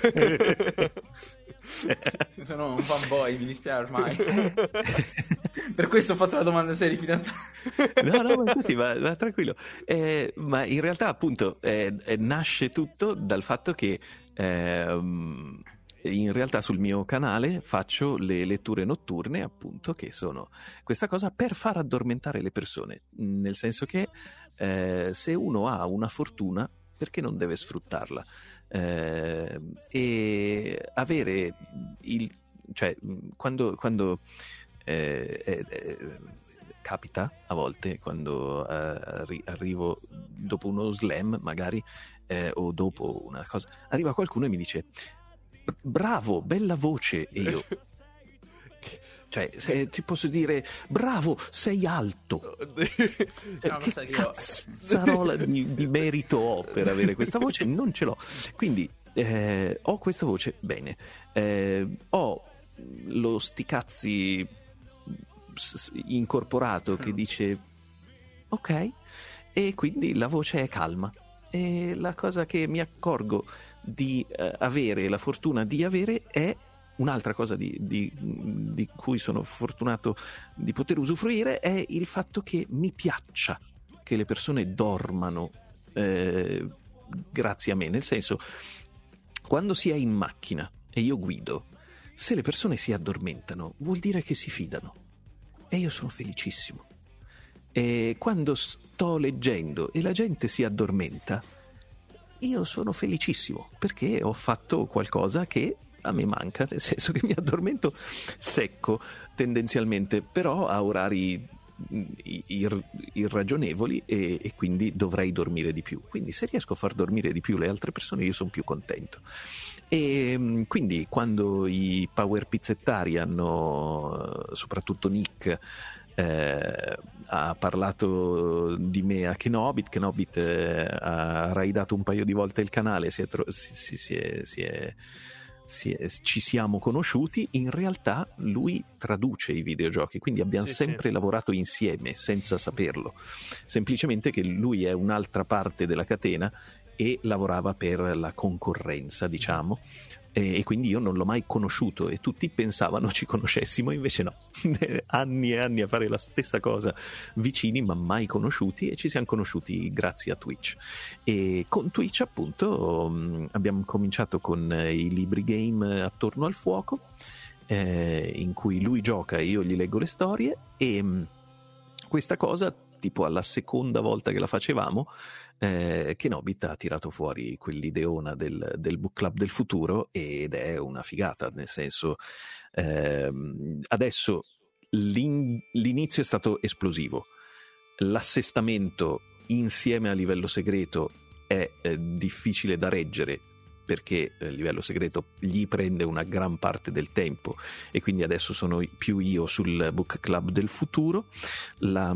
Speaker 2: Sono un fanboy, mi dispiace ormai. Per questo ho fatto la domanda seria, fidanzato.
Speaker 3: No, no, ma infatti, ma, ma tranquillo. Eh, ma in realtà appunto eh, eh, nasce tutto dal fatto che eh, in realtà sul mio canale faccio le letture notturne, appunto, che sono questa cosa per far addormentare le persone, nel senso che eh, se uno ha una fortuna, perché non deve sfruttarla? Eh, e avere il... cioè, quando... quando eh, eh, eh, capita a volte, quando eh, arri- arrivo dopo uno slam, magari, eh, o dopo una cosa, arriva qualcuno e mi dice bravo, bella voce, e io cioè se ti posso dire bravo, sei alto.
Speaker 2: No,
Speaker 3: che cazzarola di, di merito ho per avere questa voce? Non ce l'ho, quindi eh, ho questa voce, bene, eh, ho lo sticazzi incorporato che dice ok, e quindi la voce è calma, e la cosa che mi accorgo di uh, avere, la fortuna di avere, è un'altra cosa di, di, di cui sono fortunato di poter usufruire, è il fatto che mi piaccia che le persone dormano eh, grazie a me, nel senso, quando si è in macchina e io guido, se le persone si addormentano vuol dire che si fidano e io sono felicissimo. E quando sto leggendo e la gente si addormenta, io sono felicissimo perché ho fatto qualcosa che a me manca, nel senso che mi addormento secco tendenzialmente, però a orari ir- irragionevoli e, e quindi dovrei dormire di più. Quindi se riesco a far dormire di più le altre persone, io sono più contento. E quindi quando i power pizzettari hanno, soprattutto Nick, Eh, ha parlato di me a Kenobit, Kenobit eh, ha raidato un paio di volte il canale, si è tro- si, si, si è, si è, si è, ci siamo conosciuti. In realtà lui traduce i videogiochi, quindi abbiamo sì, sempre sì. lavorato insieme senza saperlo, semplicemente che lui è un'altra parte della catena e lavorava per la concorrenza, diciamo, e quindi io non l'ho mai conosciuto e tutti pensavano ci conoscessimo, invece no. Anni e anni a fare la stessa cosa vicini ma mai conosciuti, e ci siamo conosciuti grazie a Twitch. E con Twitch appunto abbiamo cominciato con i libri game attorno al fuoco, eh, in cui lui gioca e io gli leggo le storie, e questa cosa tipo alla seconda volta che la facevamo eh, Kenobit ha tirato fuori quell'ideona del, del book club del futuro, ed è una figata, nel senso eh, adesso l'in, l'inizio è stato esplosivo, l'assestamento insieme a livello segreto è eh, difficile da reggere perché il livello segreto gli prende una gran parte del tempo, e quindi adesso sono più io sul book club del futuro. La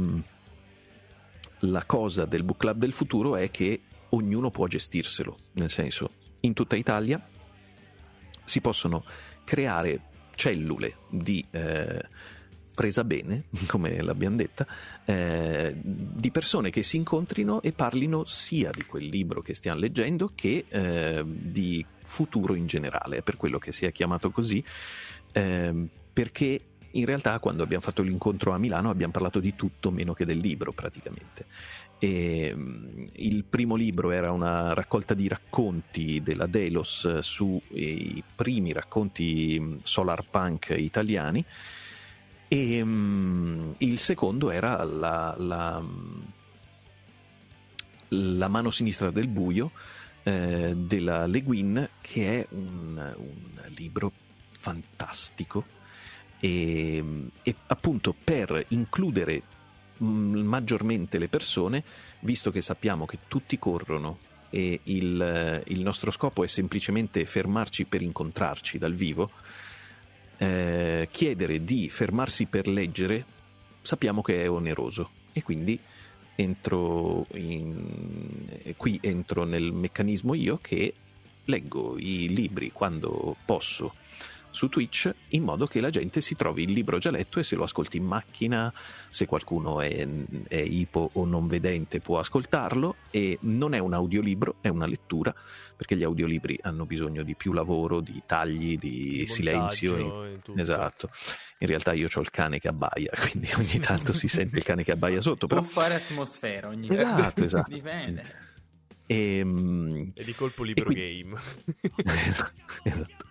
Speaker 3: La cosa del book club del futuro è che ognuno può gestirselo, nel senso, in tutta Italia si possono creare cellule di eh, presa bene, come l'abbiamo detta, eh, di persone che si incontrino e parlino sia di quel libro che stiamo leggendo che eh, di futuro in generale, è per quello che si è chiamato così, eh, perché in realtà quando abbiamo fatto l'incontro a Milano abbiamo parlato di tutto meno che del libro praticamente. E, um, il primo libro era una raccolta di racconti della Delos sui primi racconti solarpunk italiani, e um, il secondo era la, la, La mano sinistra del buio eh, della Le Guin, che è un, un libro fantastico e, e appunto per includere mh, maggiormente le persone, visto che sappiamo che tutti corrono e il, il nostro scopo è semplicemente fermarci per incontrarci dal vivo, eh, chiedere di fermarsi per leggere sappiamo che è oneroso e quindi entro in, qui entro nel meccanismo io che leggo i libri quando posso su Twitch, in modo che la gente si trovi il libro già letto e se lo ascolti in macchina, se qualcuno è, è ipo o non vedente può ascoltarlo, e non è un audiolibro, è una lettura, perché gli audiolibri hanno bisogno di più lavoro, di tagli, di,
Speaker 1: di
Speaker 3: silenzio.
Speaker 1: montaggio, in
Speaker 3: Esatto. In realtà io ho il cane che abbaia, quindi ogni tanto si sente il cane che abbaia sotto. Però...
Speaker 2: Può fare atmosfera ogni
Speaker 3: esatto,
Speaker 2: tanto.
Speaker 3: Esatto.
Speaker 2: Dipende.
Speaker 3: E,
Speaker 1: e di colpo libro
Speaker 3: e quindi...
Speaker 1: game.
Speaker 3: Esatto.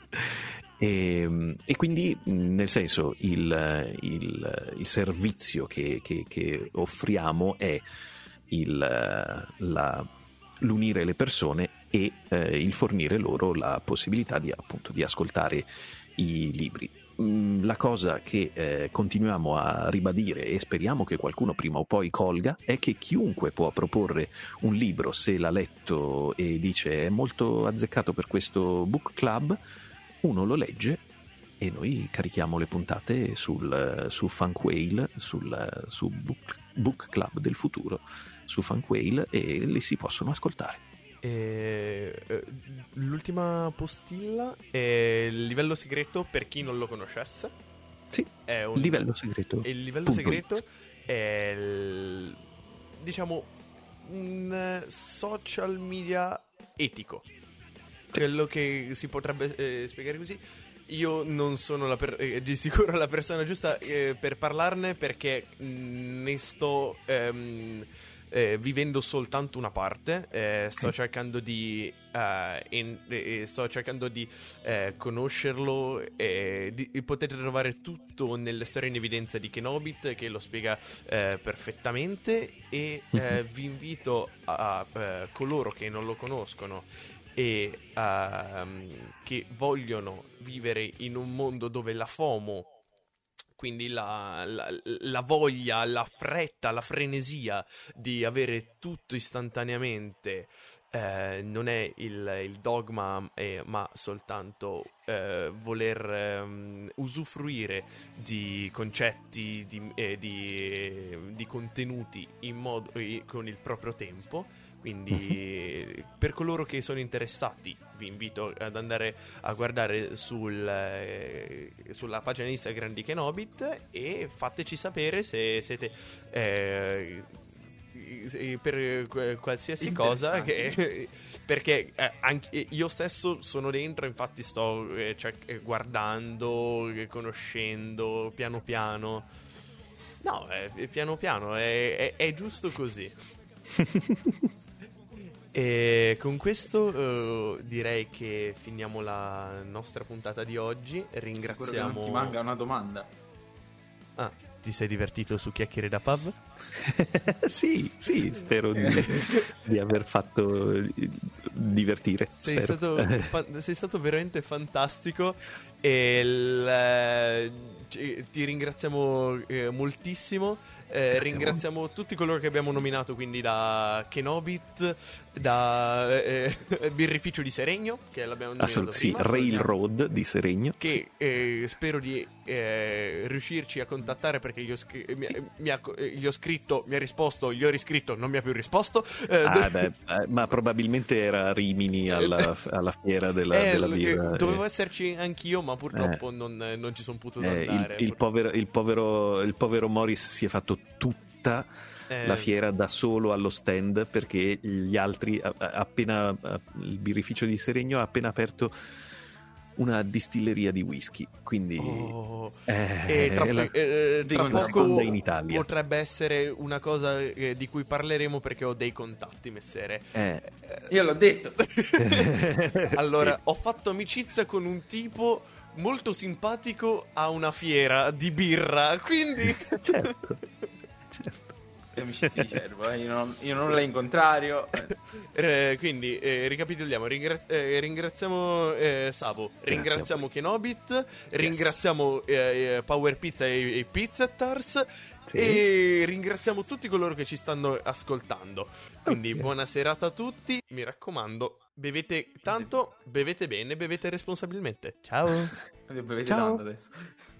Speaker 3: E, e quindi, nel senso, il, il, il servizio che, che, che offriamo è il, la, l'unire le persone e eh, il fornire loro la possibilità di, appunto, di ascoltare i libri. La cosa che eh, continuiamo a ribadire e speriamo che qualcuno prima o poi colga è che chiunque può proporre un libro se l'ha letto e dice è molto azzeccato per questo book club, uno lo legge e noi carichiamo le puntate sul, su Funkwhale, sul su book, book Club del futuro, su Funkwhale, e li si possono ascoltare.
Speaker 1: E, eh, l'ultima postilla è il livello segreto, per chi non lo conoscesse.
Speaker 3: Sì,
Speaker 1: è un,
Speaker 3: il livello segreto.
Speaker 1: Il livello
Speaker 3: Punto
Speaker 1: segreto
Speaker 3: it.
Speaker 1: è il, diciamo un social media etico. Quello che si potrebbe eh, spiegare così. Io non sono la per- eh, di sicuro la persona giusta eh, per parlarne, perché mh, ne sto ehm, eh, vivendo soltanto una parte. Eh, sto
Speaker 3: Okay.
Speaker 1: cercando di eh, in- eh, sto cercando di eh, conoscerlo, e di- e potete trovare tutto nelle storie in evidenza di Kenobit, che lo spiega eh, perfettamente, e eh,
Speaker 3: Mhm.
Speaker 1: vi invito a, a eh, coloro che non lo conoscono e uh, che vogliono vivere in un mondo dove la FOMO, quindi la, la, la voglia, la fretta, la frenesia di avere tutto istantaneamente, eh, non è il, il dogma, eh, ma soltanto eh, voler ehm, usufruire di concetti, di, eh, di, di contenuti in modo, eh, con il proprio tempo. Quindi per coloro che sono interessati vi invito ad andare a guardare sul, eh, sulla pagina Instagram di Kenobit e fateci sapere se siete eh, per qualsiasi cosa che, perché eh, anche io stesso sono dentro, infatti sto eh, cioè, guardando, conoscendo piano piano. No, eh, piano piano è, è, è giusto così. E con questo uh, direi che finiamo la nostra puntata di oggi. Ringraziamo.
Speaker 2: Non ti manca una domanda.
Speaker 1: Ah, ti sei divertito su Chiacchiere da Pub?
Speaker 3: Sì, sì, spero di, di aver fatto divertire.
Speaker 1: Sei
Speaker 3: spero.
Speaker 1: stato, fa- sei stato veramente fantastico e il, ci- ti ringraziamo eh, moltissimo. Eh, ringraziamo tutti coloro che abbiamo nominato, quindi da Kenobit, da eh, Birrificio di Seregno, che l'abbiamo nominato
Speaker 3: Assolut- sì,
Speaker 1: prima,
Speaker 3: Railroad di Seregno,
Speaker 1: che eh, spero di eh, riuscirci a contattare, perché gli ho, scri- mi, mi ha, gli ho scritto, mi ha risposto, gli ho riscritto, non mi ha più risposto. Eh,
Speaker 3: ah, beh, eh, ma probabilmente era a Rimini alla, alla fiera della,
Speaker 1: eh,
Speaker 3: della birra.
Speaker 1: eh, dovevo
Speaker 3: eh.
Speaker 1: esserci anch'io, ma purtroppo
Speaker 3: Eh.
Speaker 1: non, non ci sono potuto
Speaker 3: Eh,
Speaker 1: andare.
Speaker 3: il, il, povero, il, povero, il povero Morris si è fatto tutta
Speaker 1: Eh.
Speaker 3: la fiera da solo allo stand, perché gli altri a- a- appena a- il birrificio di Seregno ha appena aperto una distilleria di whisky, quindi
Speaker 1: Oh.
Speaker 3: eh,
Speaker 1: E tra,
Speaker 3: è la-
Speaker 1: eh, tra
Speaker 3: la
Speaker 1: poco
Speaker 3: seconda in Italia.
Speaker 1: potrebbe essere una cosa eh, di cui parleremo, perché ho dei contatti, messere.
Speaker 3: Eh.
Speaker 2: Io l'ho detto.
Speaker 1: Allora, ho fatto amicizia con un tipo molto simpatico a una fiera di birra, quindi
Speaker 3: certo, certo.
Speaker 2: amicizie di Cervo, eh. io, non, io non la incontrario.
Speaker 1: Eh, quindi eh, ricapitoliamo, Ringra- eh, ringraziamo eh, Savo, ringraziamo Kenobit, ringraziamo eh, eh, Power Pizza e, e Pizzatars. Sì. E ringraziamo tutti coloro che ci stanno ascoltando. Quindi okay. Buona serata a tutti. Mi raccomando, bevete tanto, bevete bene, bevete responsabilmente. Ciao.
Speaker 2: Bevete
Speaker 3: Ciao.
Speaker 2: tanto adesso.